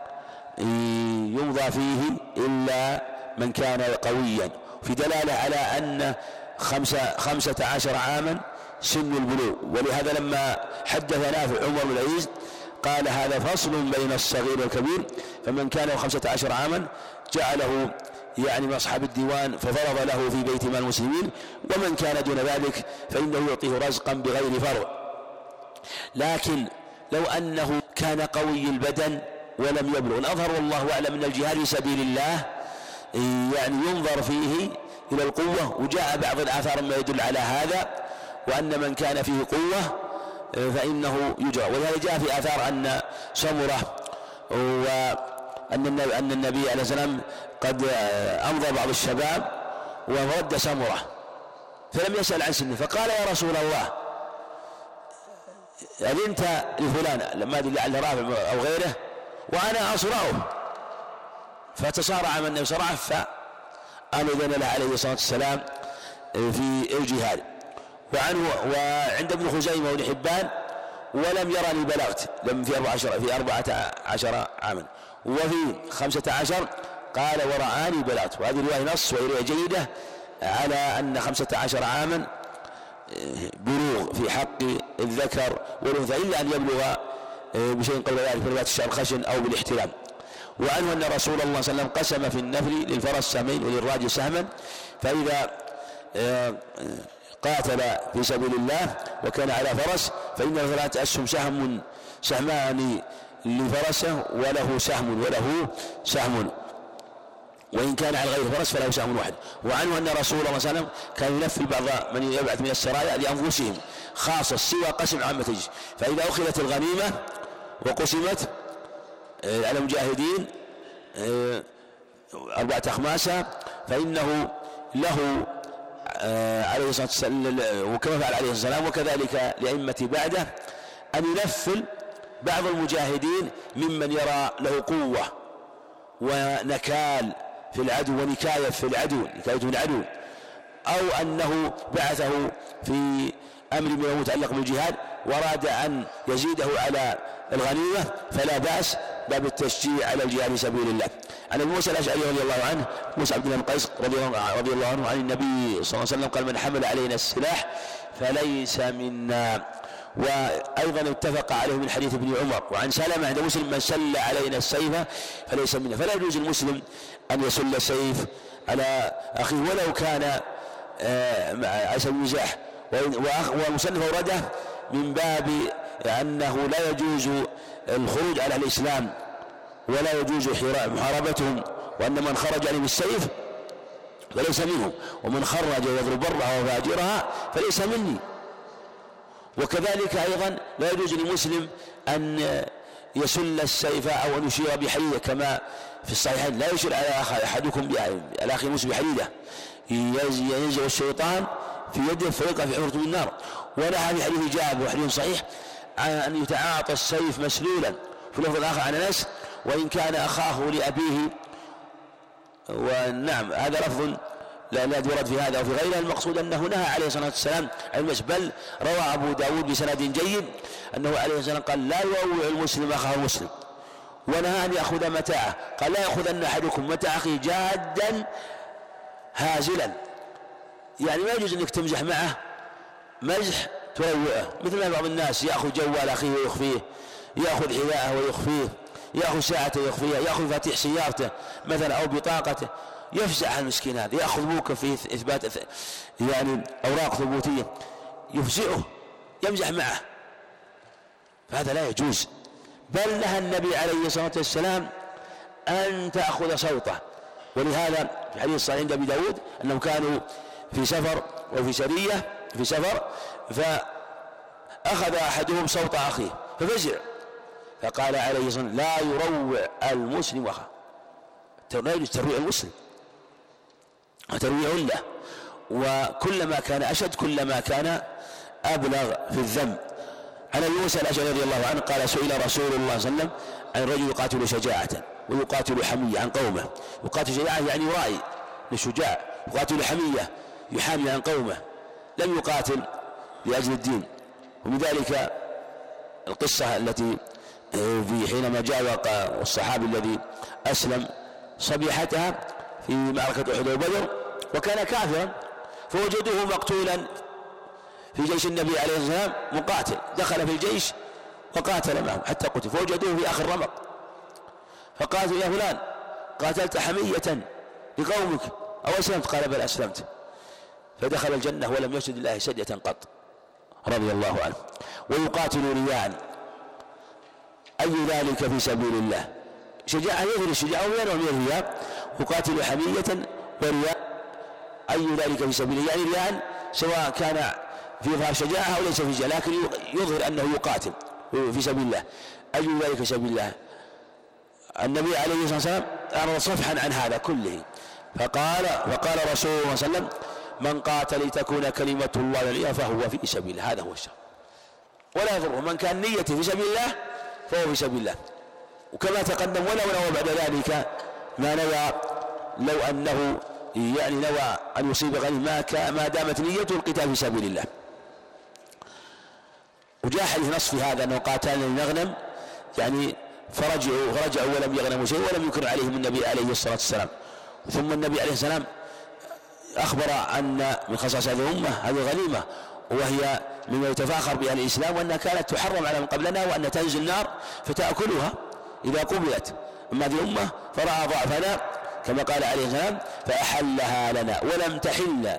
يمضى فيه إلا من كان قويا، في دلالة على أن خمسة, خمسة عشر عاما سن البلوغ. ولهذا لما حدث نافع عمر بن العزيز قال هذا فصل بين الصغير والكبير، فمن كان خمسة عشر عاما جعله يعني من أصحاب الديوان ففرض له في بيت مال المسلمين، ومن كان دون ذلك فإنه يعطيه رزقا بغير فرع. لكن لو أنه كان قوي البدن ولم يبلغ، الأظهر والله أعلم من الجهاد في سبيل الله يعني ينظر فيه إلى القوة، وجاء بعض الآثار ما يدل على هذا، وأن من كان فيه قوة فإنه يجرى. ولهذا جاء في آثار أن سمرة وأن أن النبي عليه السلام قد أمضى بعض الشباب ورد سمرة فلم يسأل عن سنه، فقال يا رسول الله أذنت لفلان لما أدري لعل رافع أو غيره وأنا أصرعه، فتصارع من النبي صلى الله عليه وسلم فأذن له عليه الصلاة والسلام في الجهاد. وعنه وعند ابن خزيمة وابن حبان ولم يرني بلغت لم في أربعة عشر في أربعة عشر عاما، وفي خمسة عشر قال ورآني بلغت. وهذه رواية نص ورواية جيدة على أن خمسة عشر عاما بلوغ في حق الذكر والأنثى إلا أن يبلغ بشيء قبل ذلك في رواية الشرخشن أو بالاحتلام. وعنه أن رسول الله صلى الله عليه وسلم قسم في النفل للفرس سهمين وللراجل سهما، فإذا قاتل في سبيل الله وكان على فرس فإن ثلاثة أسهم سهم سهمان لفرسه وله سهم وله سهم، وإن كان على غير فرس فله سهم واحد. وعنه أن رسول الله صلى الله عليه وسلم كان ينفل بعض من يبعث من السرايا لأنفسهم خاصة سوى قسم عامة الجيش، فإذا أخذت الغنيمة وقسمت على المجاهدين أربعة أخماسها فإنه له عليه الصلاة والسلام، وكما فعل عليه الصلاة والسلام وكذلك لأئمة بعده، أن ينفل بعض المجاهدين ممن يرى له قوة ونكال في العدو ونكاية في العدو نكاية في العدو، أو أنه بعثه في أمر من المتعلق بالجهاد وأراد أن يزيده على الغنيمة فلا بأس، باب التشجيع على الجهاد في سبيل الله. عن أبي موسى الأشعري رضي الله عنه موسى عبد الله بن قيس رضي الله عنه عن النبي صلى الله عليه وسلم قال: من حمل علينا السلاح فليس منا. وأيضا اتفق عليه من حديث ابن عمر. وعن سلمة عند مسلم: من سل علينا السيف فليس منا. فلا يجوز المسلم أن يسل السيف على أخيه ولو كان على سبيل المزاح. والمصنف أورده من باب أنه لا يجوز الخروج على الإسلام ولا يجوز محاربتهم، وأن من خرج عليه بالسيف فليس منهم، ومن خرج يضرب برها وفاجرها فليس مني. وكذلك أيضا لا يجوز للمسلم أن يسل السيف أو أن يشير بحديدة كما في الصحيحين: لا يشير على أحدكم على أخي المسلم بحديدة ينزع الشيطان في يده فيقع في حفرة من النار. ونهى في حديث جابر وحديث صحيح أن يتعاطى السيف مسلولا في اللفظ الآخر عن أنس: وإن كان أخاه لأبيه. ونعم هذا لفظ لا لا ورد في هذا وفي غيره. المقصود أنه نهى عليه الصلاة والسلام عن المس، بل روى أبو داود بسند جيد أنه عليه الصلاة والسلام قال: لا يروع المسلم أخاه المسلم. ونهى أن يأخذ متاعه، قال: لا يأخذن أحدكم متاع أخيه جادا هازلا، يعني ما يجوز أنك تمزح معه مزح تروعه، مثل ما بعض الناس يأخذ جوال أخيه ويخفيه، يأخذ حذاءه ويخفيه، يأخذ ساعته ويخفيها، يأخذ مفاتيح سيارته مثلا أو بطاقته، يفزع المسكين هذا، يأخذ موقف في إثبات يعني أوراق ثبوتية يفزعه، يمزح معه، فهذا لا يجوز. بل نهى النبي عليه الصلاة والسلام أن تأخذ صوته. ولهذا في حديث الصحيح عند أبي داود أنهم كانوا في سفر وفي سرية في سفر فأخذ أحدهم صوت أخيه ففزع، فقال عليه الصلاة والسلام: لا يروع المسلم أخاه. لا يجوز ترويع المسلم وترويع له، وكلما كان أشد كلما كان أبلغ في الذنب. عن أبي موسى الأشعري رضي الله عنه قال: سئل رسول الله صلى الله عليه وسلم عن رجل يقاتل شجاعة ويقاتل حمية عن قومه. يقاتل شجاعة يعني يرائي للشجاع، يقاتل حمية يحامي عن قومه، لم يقاتل لأجل الدين. ومن ذلك القصة التي في حينما جاء الصحابي الذي أسلم صبيحتها في معركة أحد وبدر وكان كافرا، فوجدوه مقتولا في جيش النبي عليه الصلاة والسلام مقاتل، دخل في الجيش وقاتل معه حتى قتل، فوجدوه في آخر رمق فقالوا: يا فلان قاتلت حمية لقومك أو أسلمت؟ قال: بل أسلمت. فدخل الجنة ولم يسجد لله سجدة قط رضي الله عنه. ويقاتل رياء، أي ذلك في سبيل الله. شجاعة يظهر الشجاعة وين ومن الرياء. يقاتل حمية ورياء، أي ذلك في سبيل الله، يعني رياء سواء كان في إظهار شجاعة أو ليس في شجاعة، لكن يظهر أنه يقاتل في سبيل الله، أي ذلك في سبيل الله. النبي عليه الصلاة والسلام أعرض صفحا عن هذا كله، فقال فقال رسول الله صلى الله عليه وسلم: من قاتل لتكون كلمة الله العليا فهو في سبيل الله. هذا هو الشر، ولا يضره من كان نيته في سبيل الله فهو في سبيل الله. وكما تقدم ولو نوى بعد ذلك ما نوى، لو أنه يعني نوى أن يصيب غنيمة ما دامت نيته القتال في سبيل الله. وجاء حديث نص في هذا أنه قاتلنا لنغنم، يعني فرجعوا فرجعوا ولم يغنموا شيء ولم يكن عليهم النبي عليه الصلاة والسلام. ثم النبي عليه السلام أخبر أن من خصائص هذه الأمة هذه الغنيمة، وهي مما يتفاخر بها الإسلام، وأنها كانت تحرم على من قبلنا، وأن تنزل نار فتأكلها إذا قبلت. أما هذه الأمة فرأى ضعفنا كما قال عليه السلام فأحلها لنا ولم تحل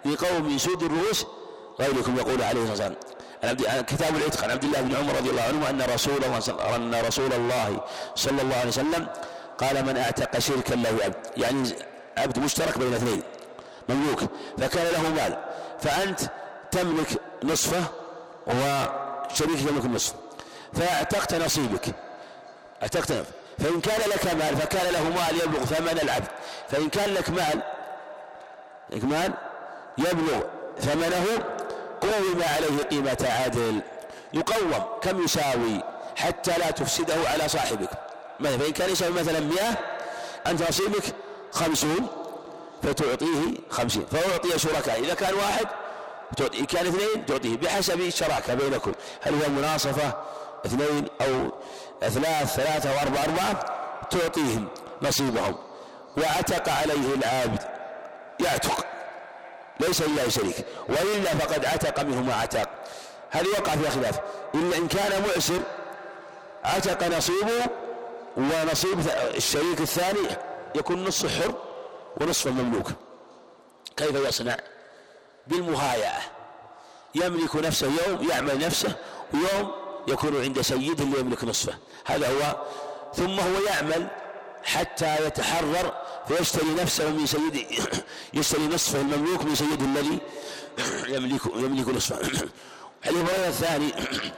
لقوم سود الرؤوس غيركم يقول عليه الصلاة والسلام. كتاب العتق عن عبد الله بن عمر رضي الله عنه أن رسول الله أن رسول الله صلى الله عليه وسلم قال: من اعتق شركا له عبد، يعني عبد مشترك بين اثنين مملوك، فكان له مال، فأنت تملك نصفه وشريك يملك النصف، فاعتقت نصيبك اعتقت نصف. فإن كان لك مال فكان له مال يبلغ ثمن العبد، فإن كان لك مال لك مال يبلغ ثمنه قوم عليه قيمة عادل، يقوم كم يساوي حتى لا تفسده على صاحبك. مثلا فإن كان يساوي مثلا مئة، أنت نصيبك خمسون فتعطيه خمسين، فأعطي شركاء، إذا كان واحد إن كان اثنين تعطيه بحسب الشراكة بينكم، هل هو مناصفة اثنين أو ثلاث ثلاثة وأربعة أربعة، تعطيهم نصيبهم. وعتق عليه العابد، يعتق ليس إلا شريك، وإلا فقد عتق منه ما عتق. هذا وقع في خلاف، إلا إن كان معسر عتق نصيبه، ونصيب الشريك الثاني يكون نصف حر ونصف المملوك. كيف يصنع؟ بالمهايئة، يملك نفسه يوم، يعمل نفسه، ويوم يكون عند سيد اللي يملك نصفه، هذا هو. ثم هو يعمل حتى يتحرر فيشتري نفسه من سيد، يشتري نصفه المملوك من سيد الذي يملك يملك نصفه. الرواية الثاني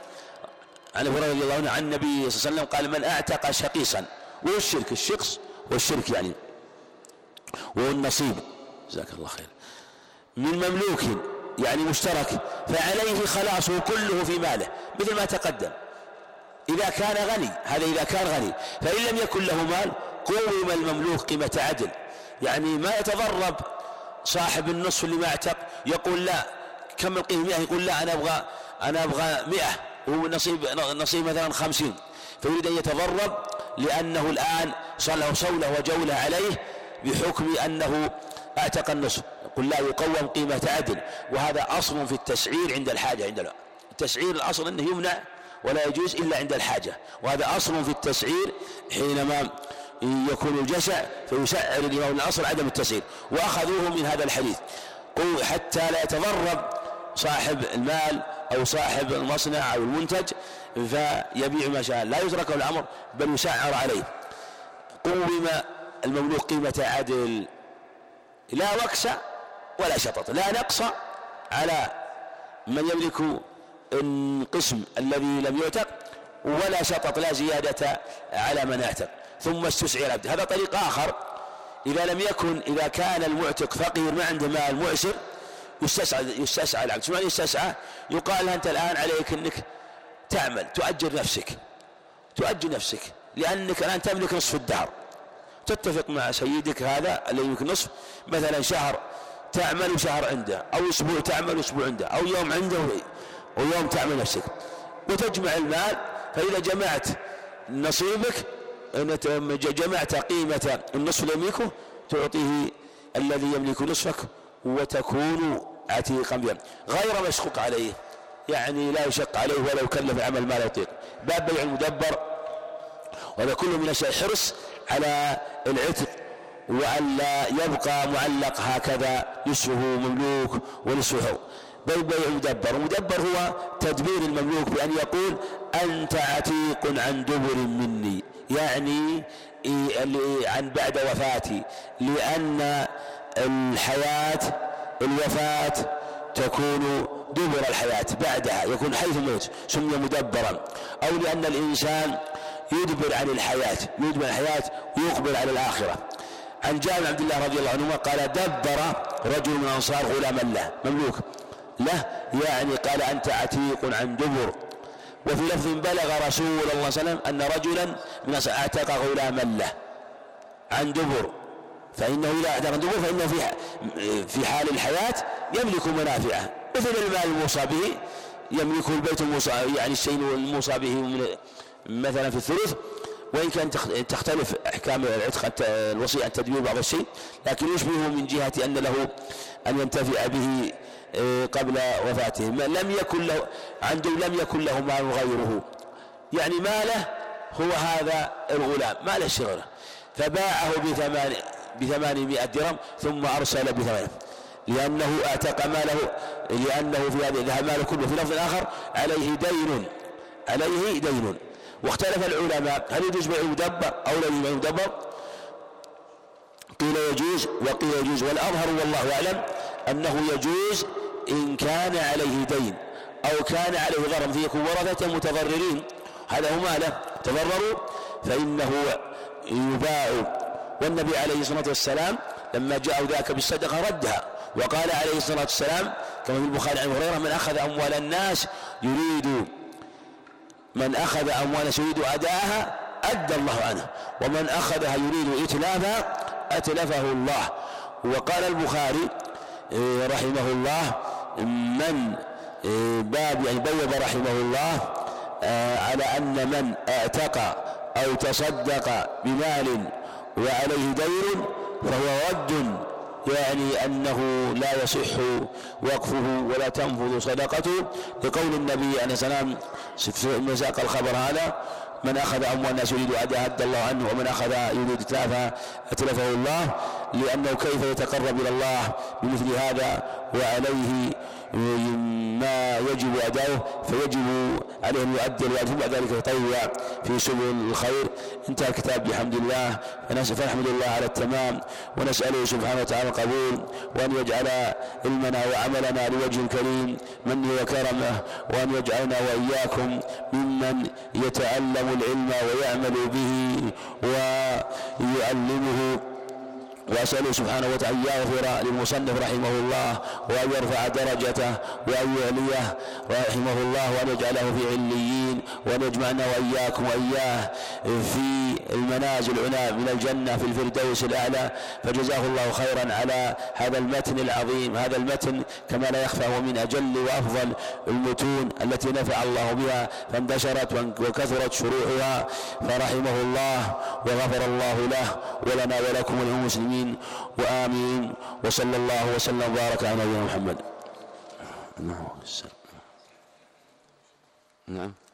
عن ابي هريرة رضي الله عنه عن النبي صلى الله عليه وسلم قال: من اعتق شقيصا، وهو الشرك، الشقص والشرك يعني وهو النصيب، جزاك الله خير، من مملوك يعني مشترك، فعليه خلاصه كله في ماله، مثل ما تقدم. إذا كان غني، هذا إذا كان غني، فإن لم يكن له مال قوم المملوك قيمة عدل، يعني ما يتضرب صاحب النصف اللي ما اعتق يقول لا كم القيمة مئة، يقول لا أنا أبغى أنا أبغى مئة، ونصيب نصيب مثلا خمسين، فيريد أن يتضرب لأنه الآن صار له صولة وجولة عليه بحكم أنه اعتق النصف، يقول لا يقوم قيمة عدل. وهذا أصل في التسعير عند الحاجة، عند التسعير الأصل أنه يمنع ولا يجوز إلا عند الحاجة، وهذا أصل في التسعير حينما يكون الجشع فيسعر الإمام، الأصل عدم التسعير، وأخذوه من هذا الحديث حتى لا يتضرب صاحب المال أو صاحب المصنع أو المنتج فيبيع ما شاء، لا يتركه الأمر بل يسعر عليه. قوم المملوك قيمة عدل، لا وكس ولا شطط، لا نقص على من يملك القسم الذي لم يعتق، ولا شطط، لا زيادة على من اعتق. ثم استسعر العبد، هذا طريق آخر. إذا لم يكن إذا كان المعتق فقير ما عنده مال معسر يستسعى يستسعى العبد. شو يستسعى؟ يقال أنت الآن عليك أنك تعمل تؤجر نفسك تؤجر نفسك لأنك الآن تملك نصف الدهر، تتفق مع سيدك هذا اللي يملك نصف، مثلا شهر تعمل وشهر عنده، أو أسبوع تعمل وأسبوع عنده، أو يوم عنده ويوم تعمل نفسك، وتجمع المال. فإذا جمعت نصيبك جمعت قيمة النصف اللي يملكه تعطيه الذي يملك نصفك، وتكون عتيقا به غير مشقوق عليه، يعني لا يشق عليه ولا يكلف عمل ما لا يطيق. باب بيع المدبر، وهذا كله من الشيء حرص على العتق وأن لا يبقى معلق هكذا نصفه مملوك ونصفه. بل بيع مدبر، المدبر هو تدبير المملوك بأن يقول أنت عتيق عن دبر مني، يعني عن بعد وفاتي، لأن الحياة الوفاة تكون دبر الحياة، بعدها يكون حيث الموت سمي مدبرا، أو لأن الإنسان يدبر عن الحياة يدبر الحياة ويقبل على الآخرة. عن جابر عبد الله رضي الله عنه قال دبر رجل من الأنصار غلاما له مملوك له، يعني قال أنت عتيق عن دبر. وفي لفظ بلغ رسول الله صلى الله عليه وسلم أن رجلا من اعتق غلاما له عن دبر، فإنه إذا اعتق عن دبر فإنه في في حال الحياة يملك منافعه، مثل المال الموصى به يملك البيت الموصى، يعني الشيء الموصى به مثلا في الثلث، وإن كان تختلف أحكام العتق الوصية عن تدبير بعض الشيء، لكن يشبهه من جهة أن له أن ينتفع به قبل وفاته. لم يكن له عنده لم يكن له مال غيره، يعني ماله هو هذا الغلام ماله شغله، فباعه بثمان بثمانمائة درهم ثم أرسل بثمانية. لأنه اعتق ماله، لأنه في هذه ذهب ماله كله. في لفظ آخر عليه دين، عليه دين. واختلف العلماء هل يجوز بيع المدبر أو لا يجوز بيع المدبر؟ قيل يجوز وقيل يجوز، والأظهر والله أعلم أنه يجوز إن كان عليه دين أو كان عليه ضرر، فيكون ورثة متضررين، هذا هو ماله تضرروا فإنه يباع. والنبي عليه الصلاة والسلام لما جاءوا ذاك بالصدقة ردها، وقال عليه الصلاة والسلام كما في البخاري عن هريرة: من أخذ أموال الناس يريد من أخذ أموال الناس يريد أداءها أدى الله عنه، ومن أخذها يريد إتلافها أتلفه الله. وقال البخاري رحمه الله: من باب يعني بوب رحمه الله على أن من اعتق أو تصدق بمال وعليه دين فهو رد، يعني أنه لا يصح وقفه ولا تنفذ صدقته، لقول النبي عليه السلام في مساق الخبر هذا: من أخذ أموال الناس يريد أداء أدى الله عنه، ومن أخذ يريد إتلافها أتلفه الله. لأنه كيف يتقرب إلى الله بمثل هذا وعليه ما يجب أداؤه، فيجب عليه أن يؤدي الواجب بعد ذلك يطوع في سبل الخير. انتهى الكتاب بحمد الله، فنحمد الله على التمام، ونسأله سبحانه وتعالى القبول، وأن يجعل علمنا وعملنا لوجه الكريم منه وكرمه، وأن يجعلنا وإياكم ممن يتعلم العلم ويعمل به ويعلمه. وأسأله سبحانه وتعالى يغفر للمصنف رحمه الله، وأن يرفع درجته، وأن يعليه رحمه الله، وأن يجعله في عليين، وأن يجمعنا وإياكم وإياه في المنازل العلى من الجنة في الفردوس الأعلى. فجزاه الله خيرا على هذا المتن العظيم. هذا المتن كما لا يخفى هو من أجل وأفضل المتون التي نفع الله بها، فانتشرت وكثرت شروحها، فرحمه الله وغفر الله له ولنا ولكم وللمسلمين، وآمين. وصلى الله وسلم وبارك على نبينا محمد. نعم.